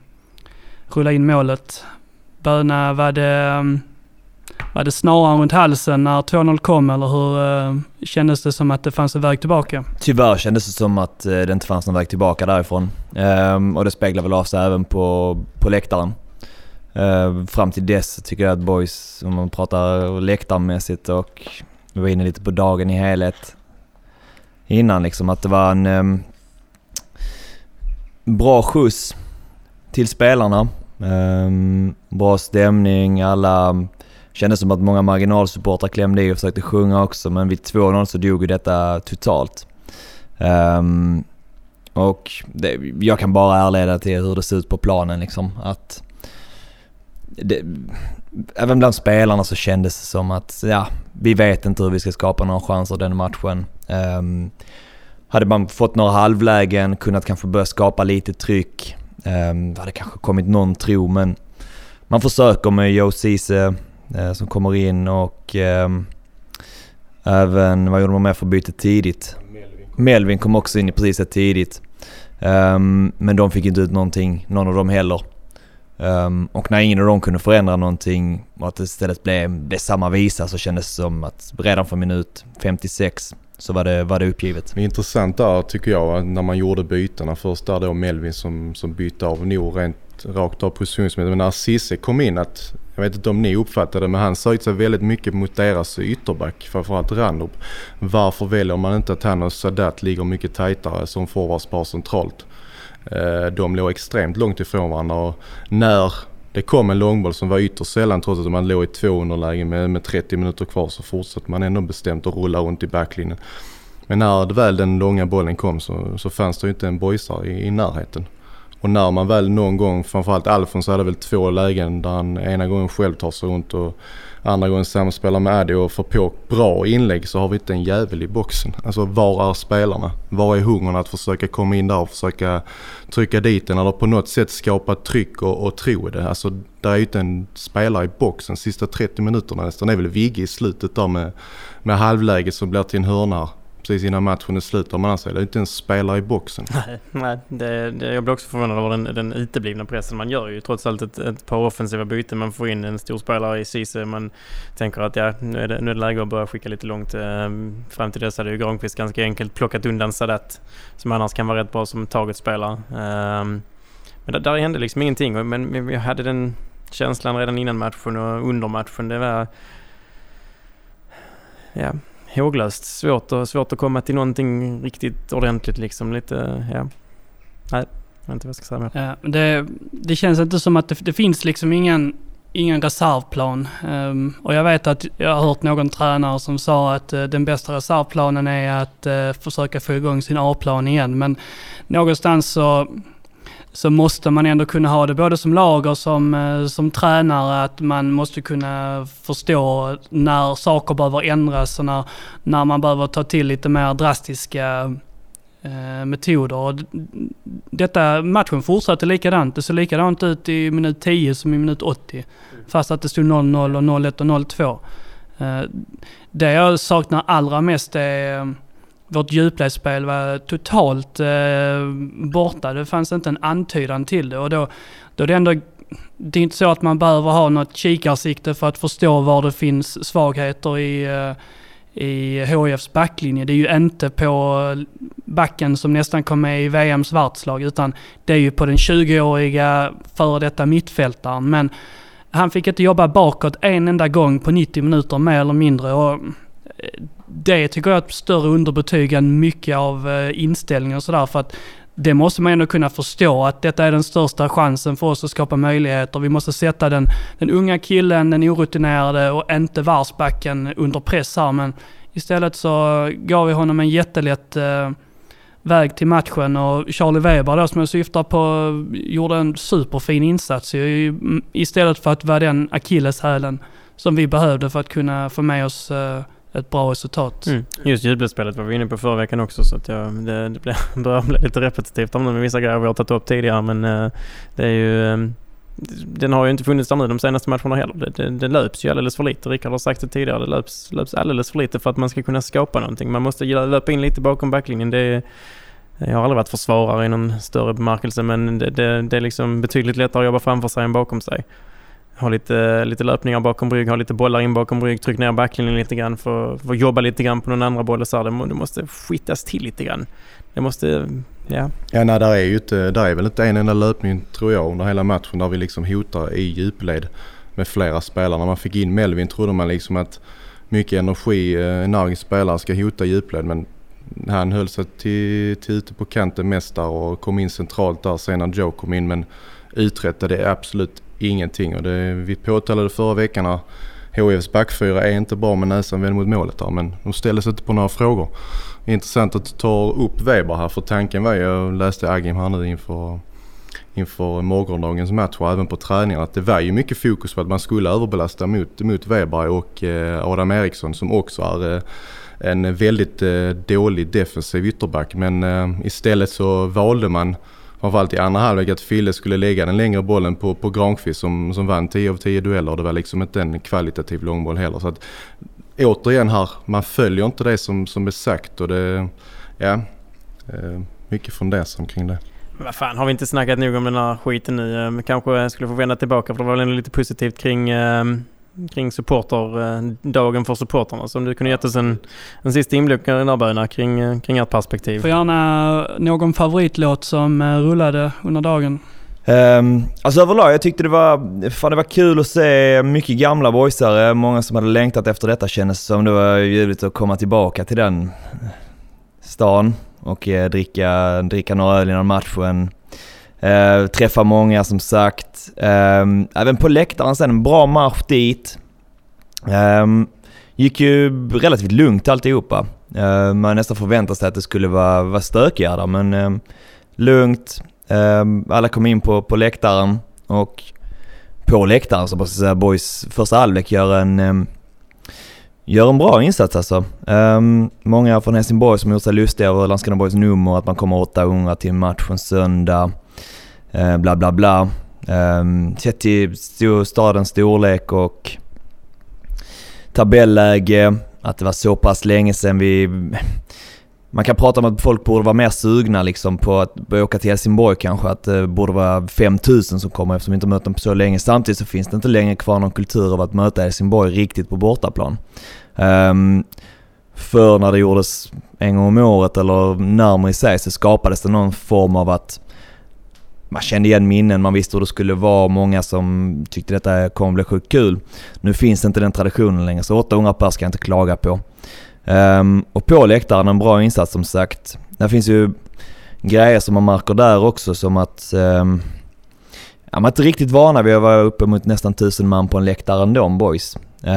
målet. Böna var det snarare runt halsen när 2-0 kom eller hur kändes det som att det fanns en väg tillbaka? Tyvärr kändes det som att det inte fanns någon väg tillbaka därifrån. Och det speglar väl av sig även på läktaren. Fram till dess tycker jag att Boys, om man pratar läktarmässigt och vi var inne lite på dagen i helhet innan liksom, att det var en bra skjuts till spelarna, bra stämning, alla kändes som att många marginalsupportrar klämde i och försökte sjunga också, men vid 2-0 så dog ju detta totalt. Och jag kan bara ärleda till hur det ser ut på planen liksom, att även bland spelarna så kändes det som att vi vet inte hur vi ska skapa några chanser den matchen. Hade man fått några halvlägen, kunnat kanske börja skapa lite tryck, hade kanske kommit någon tro, men man försöker med Joe Ceesay som kommer in och även, vad gjorde man med för byte tidigt? Melvin kom också in precis tidigt, men de fick inte ut någon av dem heller. Och när ingen av dem kunde förändra någonting och att det istället blev samma visa, så kändes det som att redan från minut 56 så var det uppgivet. Intressant där tycker jag när man gjorde bytena. Först där då Melvin som bytte av nog rakt av positionsmässigt. Men när Cisse kom in, att jag vet inte om ni uppfattade, men han sökte sig väldigt mycket mot deras ytterback, framförallt Randrup. Varför väljer man inte att han och Sadat ligger mycket tajtare som forwardspar centralt? De låg extremt långt ifrån varandra och när det kom en långboll som var ytterst sällan, trots att man låg i 2 underläge med 30 minuter kvar, så fortsatte man ändå bestämt att rulla runt i backlinjen. Men när väl den långa bollen kom så fanns det ju inte en boysar i närheten. Och när man väl någon gång, framförallt Alfons hade väl 2 lägen där han ena gången själv tar sig runt och andra gången samspelar med Addy och får på bra inlägg, så har vi inte en jävel i boxen. Alltså var är spelarna? Var är hungern att försöka komma in där och försöka trycka dit den eller på något sätt skapa tryck och tro i det? Alltså där är ju inte en spelare i boxen sista 30 minuterna nästan. Det är väl Vigge i slutet där med halvläget som blir till en hörna precis innan matchen är slut. Man säger det är inte en spelare i boxen. Nej, jag blir också förvånad över den uteblivna pressen. Man gör ju trots allt ett par offensiva byten. Man får in en stor spelare i Ceesay. Man tänker att nu är det läge att börja skicka lite långt. Fram till dess hade ju Granqvist ganska enkelt plockat undan Sadat, som annars kan vara rätt bra som taget spelare. Men där hände liksom ingenting. Men jag hade den känslan redan innan matchen och under matchen. Det var håglöst. Svårt att komma till någonting riktigt ordentligt liksom. Lite, nej, jag vet inte vad jag ska säga mer. Ja, det känns inte som att det finns liksom ingen reservplan. Och jag vet att jag har hört någon tränare som sa att den bästa reservplanen är att försöka få igång sin A-plan igen. Men någonstans så måste man ändå kunna ha det både som lag och som tränare, att man måste kunna förstå när saker behöver ändras och när man behöver ta till lite mer drastiska metoder. Och detta matchen fortsatte likadant. Det såg likadant ut i minut 10 som i minut 80. Fast att det stod 0-0 och 0-1 och 0-2. Det jag saknar allra mest är vårt djupledsspel var totalt borta. Det fanns inte en antydan till det. Och då är det ändå, det är inte så att man behöver ha något kikarsikte för att förstå var det finns svagheter i HIFs backlinje. Det är ju inte på backen som nästan kom med i VMs världslag, utan det är ju på den 20-åriga före detta mittfältaren. Men han fick inte jobba bakåt en enda gång på 90 minuter mer eller mindre, och det tycker jag är ett större underbetyg än mycket av inställningar och sådär, för att det måste man ändå kunna förstå att detta är den största chansen för oss att skapa möjligheter. Vi måste sätta den unga killen, den orutinerade och inte varsbacken under press här, men istället så gav vi honom en jättelätt väg till matchen, och Charlie Weber då, som jag syftar på, gjorde en superfin insats istället för att vara den akilleshälen som vi behövde för att kunna få med oss ett bra resultat. Just jubelspelet var vi inne på förra veckan också, så att det börjar bli lite repetitivt om det med vissa grejer vi har tagit upp tidigare, men det är ju den har ju inte funnits där nu de senaste matcherna heller. Det löps ju alldeles för lite. Rickard har sagt det tidigare, det löps alldeles för lite för att man ska kunna skapa någonting. Man måste löpa in lite bakom backlinjen. Jag har aldrig varit försvarare i någon större bemärkelse, men det är liksom betydligt lättare att jobba framför sig än bakom sig. Ha lite löpningar bakom rygg, ha lite bollar in bakom rygg, tryck ner backlinjen lite grann för att jobba lite grann på någon andra boll. Så det måste skittas till lite grann. Det måste, ja. Ja, nej, där är väl inte en enda löpning, tror jag, under hela matchen där vi liksom hotar i djupled med flera spelare. När man fick in Melvin trodde man liksom att mycket energi, energisk spelare ska hota djupled, men han höll sig till ute på kanten mest där och kom in centralt där sen när Joe kom in, men uträttade absolut ingenting. Och vi påtalade förra veckan att HIFs backfyra är inte bra med näsan väl mot målet där, men de ställer sig inte på några frågor. Intressant att du tar upp Weber här, för tanken var, jag läste Agim här nu inför morgondagens match och även på träningen, att det var ju mycket fokus på att man skulle överbelasta mot Weber och Adam Eriksson, som också är en väldigt dålig defensiv ytterback, men istället så valde man framförallt i andra halvlek att Fille skulle lägga den längre bollen på Granqvist som vann 10 av 10 dueller. Det var liksom inte en kvalitativ långboll heller. Så att återigen här, man följer inte det som är sagt, och det mycket fundersam kring det. Vad fan, har vi inte snackat nog om den här skiten nu? Kanske skulle få vända tillbaka, för det var väl ändå lite positivt kring supporterdagen för supporterna. Så om du kunde gett oss en sista inblick kring ert perspektiv. För gärna någon favoritlåt som rullade under dagen. Alltså överlag, jag tyckte det var kul att se mycket gamla boysare. Många som hade längtat efter detta, kändes som det var ljuvligt att komma tillbaka till den stan och dricka några öl innan matchen. Träffa många, som sagt. Även på läktaren sen, en bra marsch dit. Gick ju relativt lugnt alltihopa. Man nästan förväntar sig att det skulle vara stökigare där, men lugnt. Alla kom in på läktaren, och på läktaren så måste jag säga Boys första halvlek gör en bra insats alltså. Många från Helsingborg som gjort sig lustiga över Landskrona Boys nummer, att man kommer 800 till matchen söndag, bla bla bla. Sett till stadens storlek och tabelläge, att det var så pass länge sedan man kan prata om att folk borde vara mer sugna liksom på att börja åka till Helsingborg kanske, att det borde vara 5000 som kommer eftersom vi inte mött dem på så länge. Samtidigt så finns det inte längre kvar någon kultur av att möta Helsingborg riktigt på bortaplan. För när det gjordes en gång om året eller närmare i sig, så skapades det någon form av att man kände igen minnen, man visste hur det skulle vara, många som tyckte detta kommer bli sjukt kul. Nu finns inte den traditionen längre, så 800 pers ska jag inte klaga på. Och på läktaren en bra insats som sagt. Det finns ju grejer som man märker där också, som att man är inte riktigt vana vid att vara uppe mot nästan 1000 man på en läktare ändå, Boys.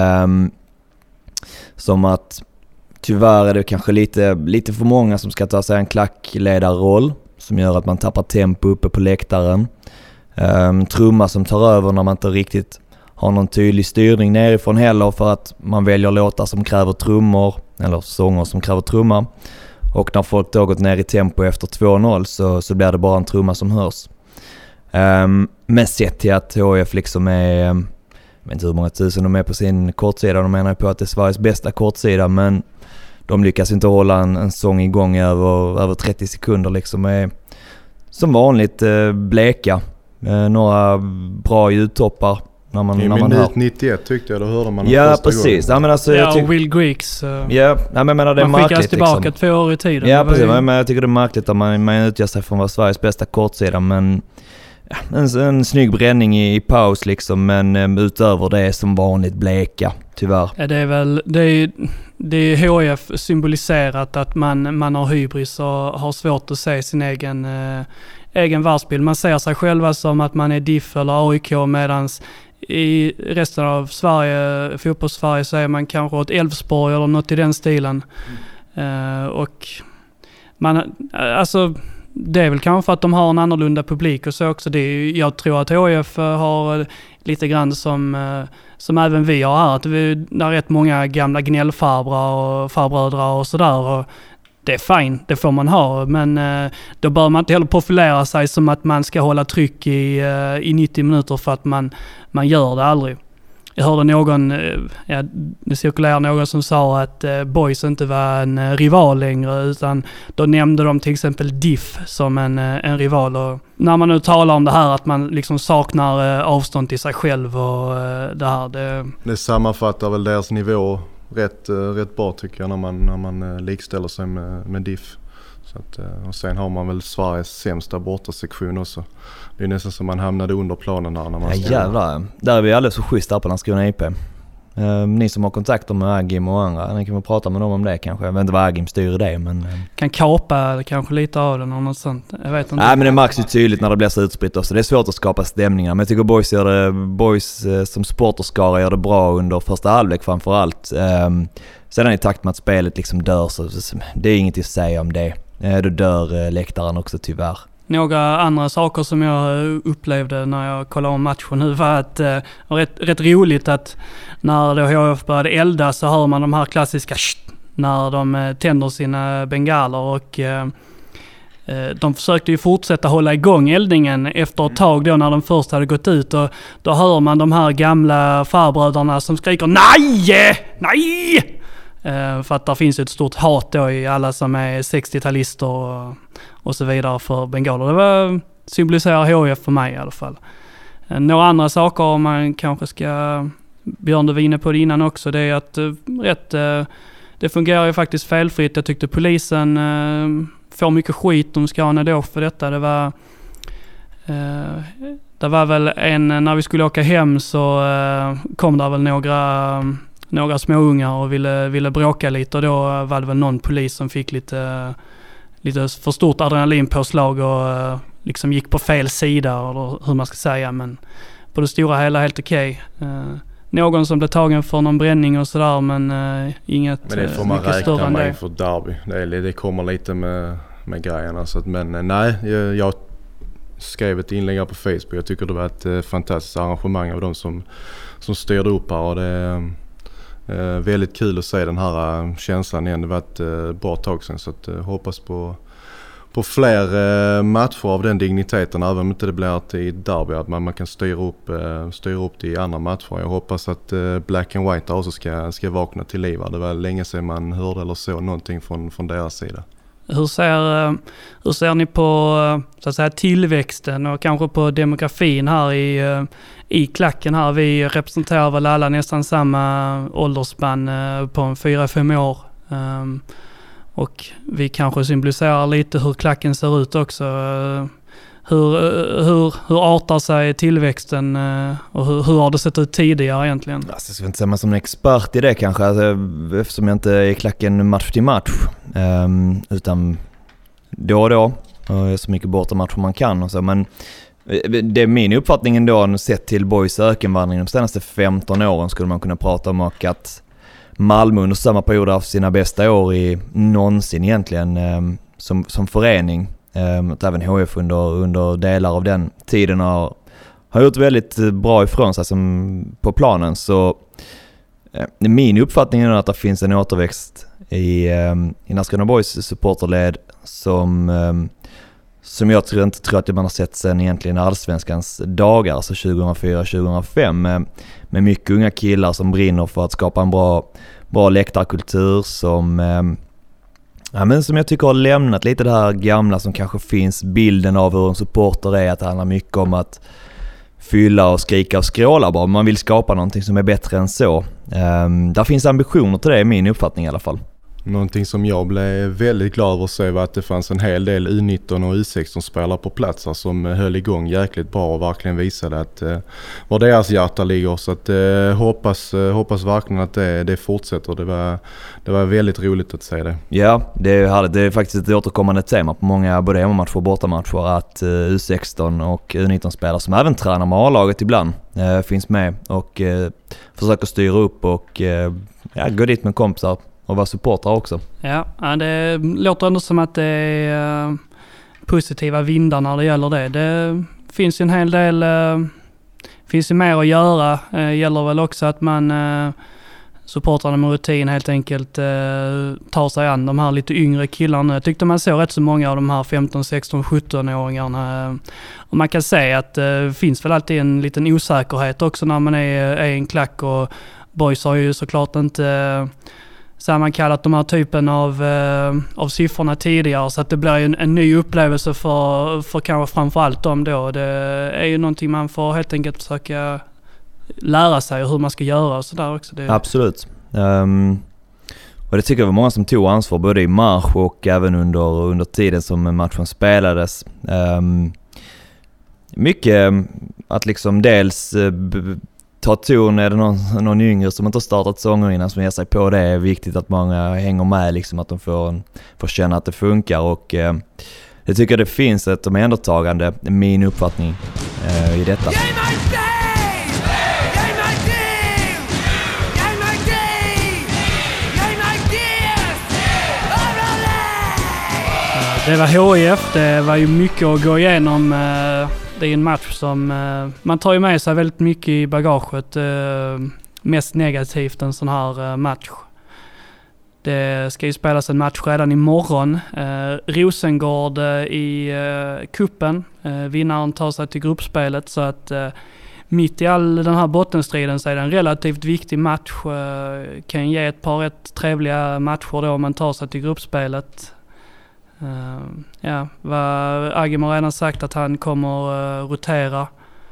Som att tyvärr är det kanske lite för många som ska ta sig en klackledarroll, som gör att man tappar tempo uppe på läktaren. Trumma som tar över när man inte riktigt har någon tydlig styrning nerifrån heller, för att man väljer låtar som kräver trummor eller sånger som kräver trumma. Och när folk då gått ner i tempo efter 2-0 så blir det bara en trumma som hörs. Men sett till att HF liksom är, jag vet inte hur många tusen de är på sin kortsida, de menar på att det är Sveriges bästa kortsida, men de lyckas inte hålla en sång igång över 30 sekunder liksom. Är som vanligt bleka. Några bra ljudtoppar när man minut hör. 91 tyckte jag, då hörde man ja, precis. Ja, men alltså, Will Griggs. Ja, men det är man skickas tillbaka liksom 2 år i tiden. Ja, precis. Men jag tycker det är märkligt att man utgör sig från att vara Sveriges bästa kortsida, men en snygg bränning i paus liksom, men utöver det är som vanligt bleka, tyvärr. Ja, det är väl det är HF symboliserat att man har hybris och har svårt att se sin egen världsbild. Man ser sig själva som att man är DIF eller AIK, medans i resten av Sverige, fotbollssverige, så är man kanske åt Elfsborg eller något i den stilen. Och det är väl kanske för att de har en annorlunda publik och så också. Jag tror att HF har lite grann som även vi har här. Att där är rätt många gamla gnällfarbrar och farbrödrar och sådär. Och det är fine, det får man ha. Men då bör man inte heller profilera sig som att man ska hålla tryck i 90 minuter för att man gör det aldrig. Jag hörde det cirkulerar någon som sa att Boys inte var en rival längre, utan då nämnde de till exempel DIF som en rival. Och när man nu talar om det här att man liksom saknar avstånd till sig själv och det här. Det sammanfattar väl deras nivå rätt bra tycker jag när man likställer sig med DIF. Så att, och sen har man väl Sveriges sämsta bortasektion också. Det är nästan som man hamnade under planen här när man jävlar. Där är vi alldeles så schysst där på Landskrona IP. Ni som har kontakter med Agim och andra, ni kan väl prata med dem om det kanske. Jag vet inte vad Agim styr det, men kan kapa kanske lite av den eller något sånt. Jag vet inte. Nej, men det märks ju tydligt när det blir så utspritt också. Det är svårt att skapa stämningar, men jag tycker Boys som supporterskara gör det bra under första halvlek framförallt. Sedan i takt med att spelet liksom dör, så det är inget att säga om det. Då dör läktaren också tyvärr. Några andra saker som jag upplevde när jag kollade om matchen nu var att det var rätt roligt att när då HF började elda så hör man de här klassiska när de tänder sina bengaler, och de försökte ju fortsätta hålla igång eldningen efter ett tag då när de först hade gått ut, och då hör man de här gamla farbröderna som skriker nej! För att där finns ett stort hat då i alla som är 60-talister och så vidare för bengaler. Det var symboliserar HF för mig i alla fall. Några andra saker om man kanske ska, Björn, du var inne på det innan också, det är att det fungerar ju faktiskt felfritt. Jag tyckte polisen får mycket skit, de ska ha en då för detta. Det var väl när vi skulle åka hem så kom där väl några små ungar och ville bråka lite, och då var det väl någon polis som fick lite för stort adrenalinpåslag och liksom gick på fel sida, eller hur man ska säga, men på det stora hela helt okej. någon som blev tagen för någon bränning och sådär, men inget men det får man mycket större räkna än med det. för derby. Det kommer lite med grejerna. Så att, men nej, jag skrev ett inlägg på Facebook. Jag tycker det var ett fantastiskt arrangemang av de som styrde upp här. Och det är väldigt kul att se den här känslan igen. Det var ett bra tag sedan, så att hoppas på fler matcher av den digniteten, även om inte det blir till derby, att man kan styra upp det i andra matcher. Jag hoppas att Black and White också ska vakna till liv. Det var länge sedan man hörde eller såg någonting från deras sida. Hur ser ni på så att säga, tillväxten och kanske på demografin här i klacken här? Vi representerar väl alla nästan samma åldersspann på 4-5 år. Och vi kanske symboliserar lite hur klacken ser ut också. Hur artar sig tillväxten och hur har det sett ut tidigare egentligen? Alltså, jag ska inte säga mig som en expert i det kanske, alltså, eftersom jag inte är i klacken match till match. Utan då och då. Och så mycket bortamatcher man kan och så. Men det är min uppfattning ändå, sett till Boys ökenvandring de senaste 15 åren, skulle man kunna prata om, och att Malmö under samma period har haft sina bästa år i någonsin egentligen som förening. Att även HF under delar av den tiden har gjort väldigt bra ifrån sig som på planen. Så min uppfattning är att det finns en återväxt i Landskrona Boys supporterled som jag inte tror att man har sett sen egentligen allsvenskans dagar, alltså 2004-2005, med mycket unga killar som brinner för att skapa en bra läktarkultur som jag tycker har lämnat lite det här gamla som kanske finns, bilden av hur en supporter är, att det handlar mycket om att fylla och skrika och skråla bara. Man vill skapa någonting som är bättre än så. Där finns ambitioner till det, i min uppfattning i alla fall. Någonting som jag blev väldigt glad över att se var att det fanns en hel del U19 och U16 spelare på plats som höll igång jäkligt bra och verkligen visade att var deras hjärta ligger. Så att hoppas verkligen att det fortsätter. Det var väldigt roligt att se det. Ja, det är faktiskt ett återkommande tema på många både hemmamatcher och bortamatcher, att U16 och U19-spelare som även tränar med A-laget ibland finns med och försöker styra upp och gå dit med kompisar och vara supportrar också. Ja, det låter ändå som att det är positiva vindar när det gäller det. Det finns ju en hel del, finns ju mer att göra. Gäller väl också att man supportrarna med rutin helt enkelt tar sig an de här lite yngre killarna. Jag tyckte man såg rätt så många av de här 15, 16, 17-åringarna. Och man kan säga att det finns väl alltid en liten osäkerhet också när man är en klack, och Boys har ju såklart inte sammankallat de här typen av siffrorna tidigare, så att det blir en ny upplevelse för kanske framförallt dem då. Det är ju någonting man får helt enkelt försöka lära sig hur man ska göra och sådär också. Absolut. Och det tycker jag var många som tog ansvar både i marsch och även under tiden som matchen spelades. Mycket att liksom dels ta ton, är det någon yngre som inte har startat sånger innan som ger sig på det, är viktigt att många hänger med, liksom att de får känna att det funkar, och jag tycker det finns ett omhändertagande, min uppfattning i detta. Det var HIF, det var ju mycket att gå igenom. Det är en match som man tar ju med sig väldigt mycket i bagaget. Mest negativt en sån här match. Det ska ju spelas en match redan imorgon. Rosengård i kuppen. Vinnaren tar sig till gruppspelet, så att mitt i all den här bottenstriden så är det en relativt viktig match. Kan ge ett par rätt trevliga matcher då om man tar sig till gruppspelet. Agim har redan sagt att han kommer rotera.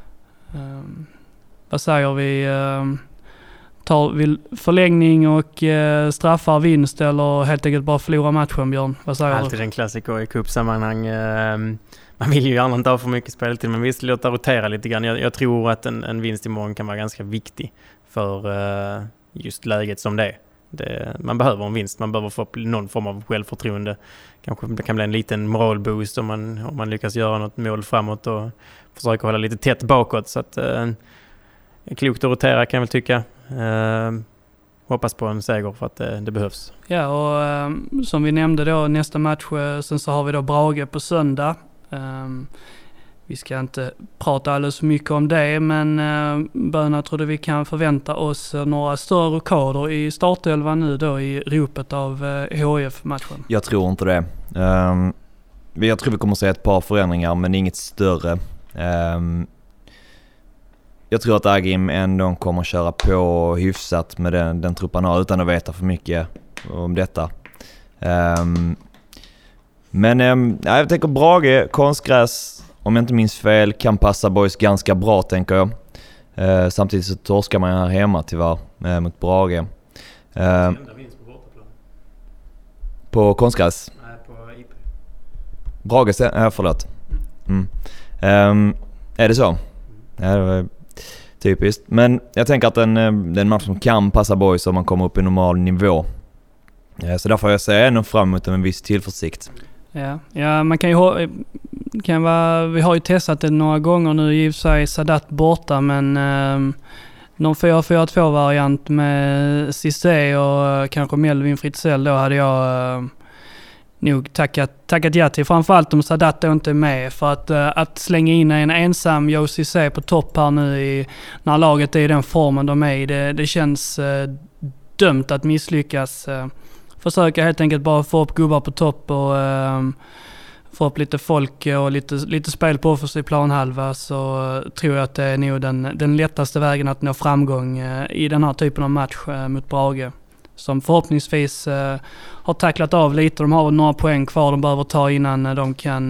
Vad säger vi? Tar vi förlängning och straffar vinst, eller helt enkelt bara förlora matchen, Björn? Vad säger Alltid en klassiker i cupsammanhang. Man vill ju gärna inte ha för mycket speltid, men visst låta rotera lite grann. Jag tror att en vinst imorgon kan vara ganska viktig för just läget som det är. Man behöver en vinst, man behöver få någon form av självförtroende. Kanske det kan bli en liten moralboost om man lyckas göra något mål framåt och försöka hålla lite tätt bakåt. Så att klokt att rotera kan jag väl tycka. Hoppas på en seger för att det behövs. Ja, och som vi nämnde då, nästa match, sen så har vi då Brage på söndag. Vi ska inte prata alldeles så mycket om det, men Böna trodde vi kan förvänta oss några större rockader i startelvan nu då i ropet av HIF-matchen. Jag tror inte det. Jag tror vi kommer att se ett par förändringar, men inget större. Jag tror att Agim ändå kommer att köra på hyfsat med den truppen har utan att veta för mycket om detta. Men jag tänker Brage, konstgräs, om jag inte minns fel, kan passa Boys ganska bra, tänker jag. Samtidigt så torskar man här hemma tyvärr mot Brage. På konstgräs? Nej, på IP. Brage, förlåt. Är det så? Ja, det var typiskt. Men jag tänker att det är en match som kan passa Boys om man kommer upp i normal nivå. Så därför jag säger ännu fram emot en viss tillförsikt. Ja, man kan ju vi har ju testat det några gånger nu, i och för sig Sadat borta, men någon 4-4-2-variant med Cissé och kanske Melvin Fritzell, då hade jag nog tackat ja till, framförallt om Sadat då inte är med, för att slänga in en ensam Joe Cissé på topp här nu när laget är i den formen de är i, det känns dömt att misslyckas. Försöka helt enkelt bara få upp gubbar på topp och få upp lite folk och lite spel på offensiv planhalva, så tror jag att det är nog den lättaste vägen att nå framgång i den här typen av match mot Brage, som förhoppningsvis har tacklat av lite. De har några poäng kvar de behöver ta innan de kan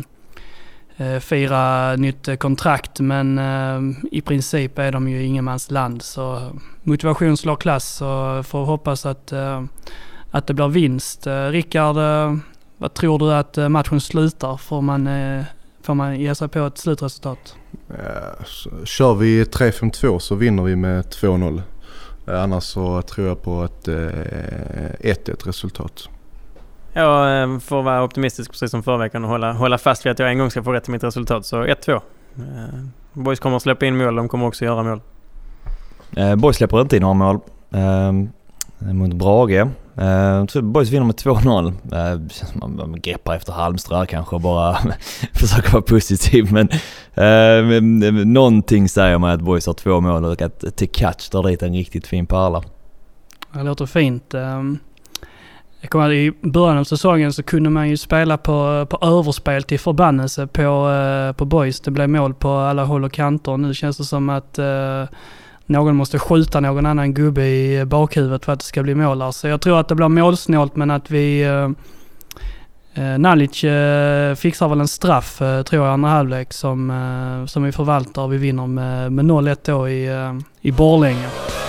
fira nytt kontrakt, men i princip är de ju ingenmansland, så motivation slår klass, och får hoppas att det blir vinst. Rickard, vad tror du att matchen slutar? Får man ge sig på ett slutresultat? Kör vi 3-5-2 så vinner vi med 2-0. Annars så tror jag på ett 1-1 resultat. Jag får vara optimistisk precis som förra veckan och hålla fast vid att jag en gång ska få rätt i mitt resultat. Så 1-2. Boys kommer att släppa in mål, de kommer också göra mål. Boys släpper inte in några mål mot Brage. Jag tror Boys vinner med 2-0. Man greppar efter halmstrå kanske och bara försöker vara positiv. Men någonting säger mig att Boys har 2 mål och att till catch där dit en riktigt fin pärla. Det låter fint. Jag kommer i början av säsongen så kunde man ju spela på överspel till förbannelse på Boys. Det blev mål på alla håll och kanter. Nu känns det som att någon måste skjuta någon annan gubbe i bakhuvudet för att det ska bli mål. Så jag tror att det blir målsnålt, men att vi Nalic fixar väl en straff, tror jag, andra halvlek som vi förvaltar. Vi vinner med 0-1 då i Borlänge.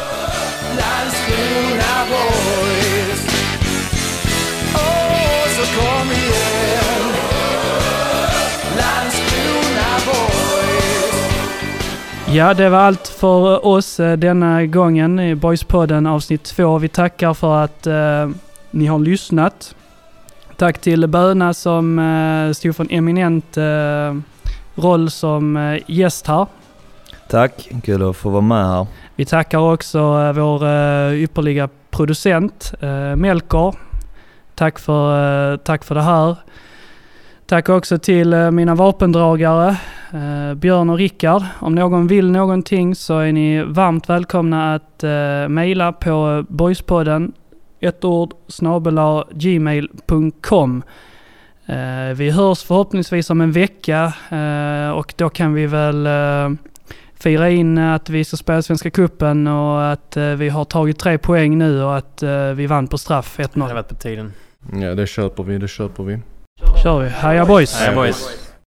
Ja, det var allt för oss denna gången i Boyspodden avsnitt 2. Vi tackar för att ni har lyssnat. Tack till Böna som stod för en eminent roll som gäst här. Tack, kul att få vara med här. Vi tackar också vår ypperliga producent Melker. Tack för det här. Tack också till mina vapendragare Björn och Rickard. Om någon vill någonting så är ni varmt välkomna att mejla på boyspodden @gmail.com. Vi hörs förhoppningsvis om en vecka och då kan vi väl fira in att vi ska spela Svenska Cupen och att vi har tagit 3 poäng nu och att vi vann på straff 1-0. Det har varit på tiden. Ja, det köper vi. Kör vi. Heja boys! Heja boys!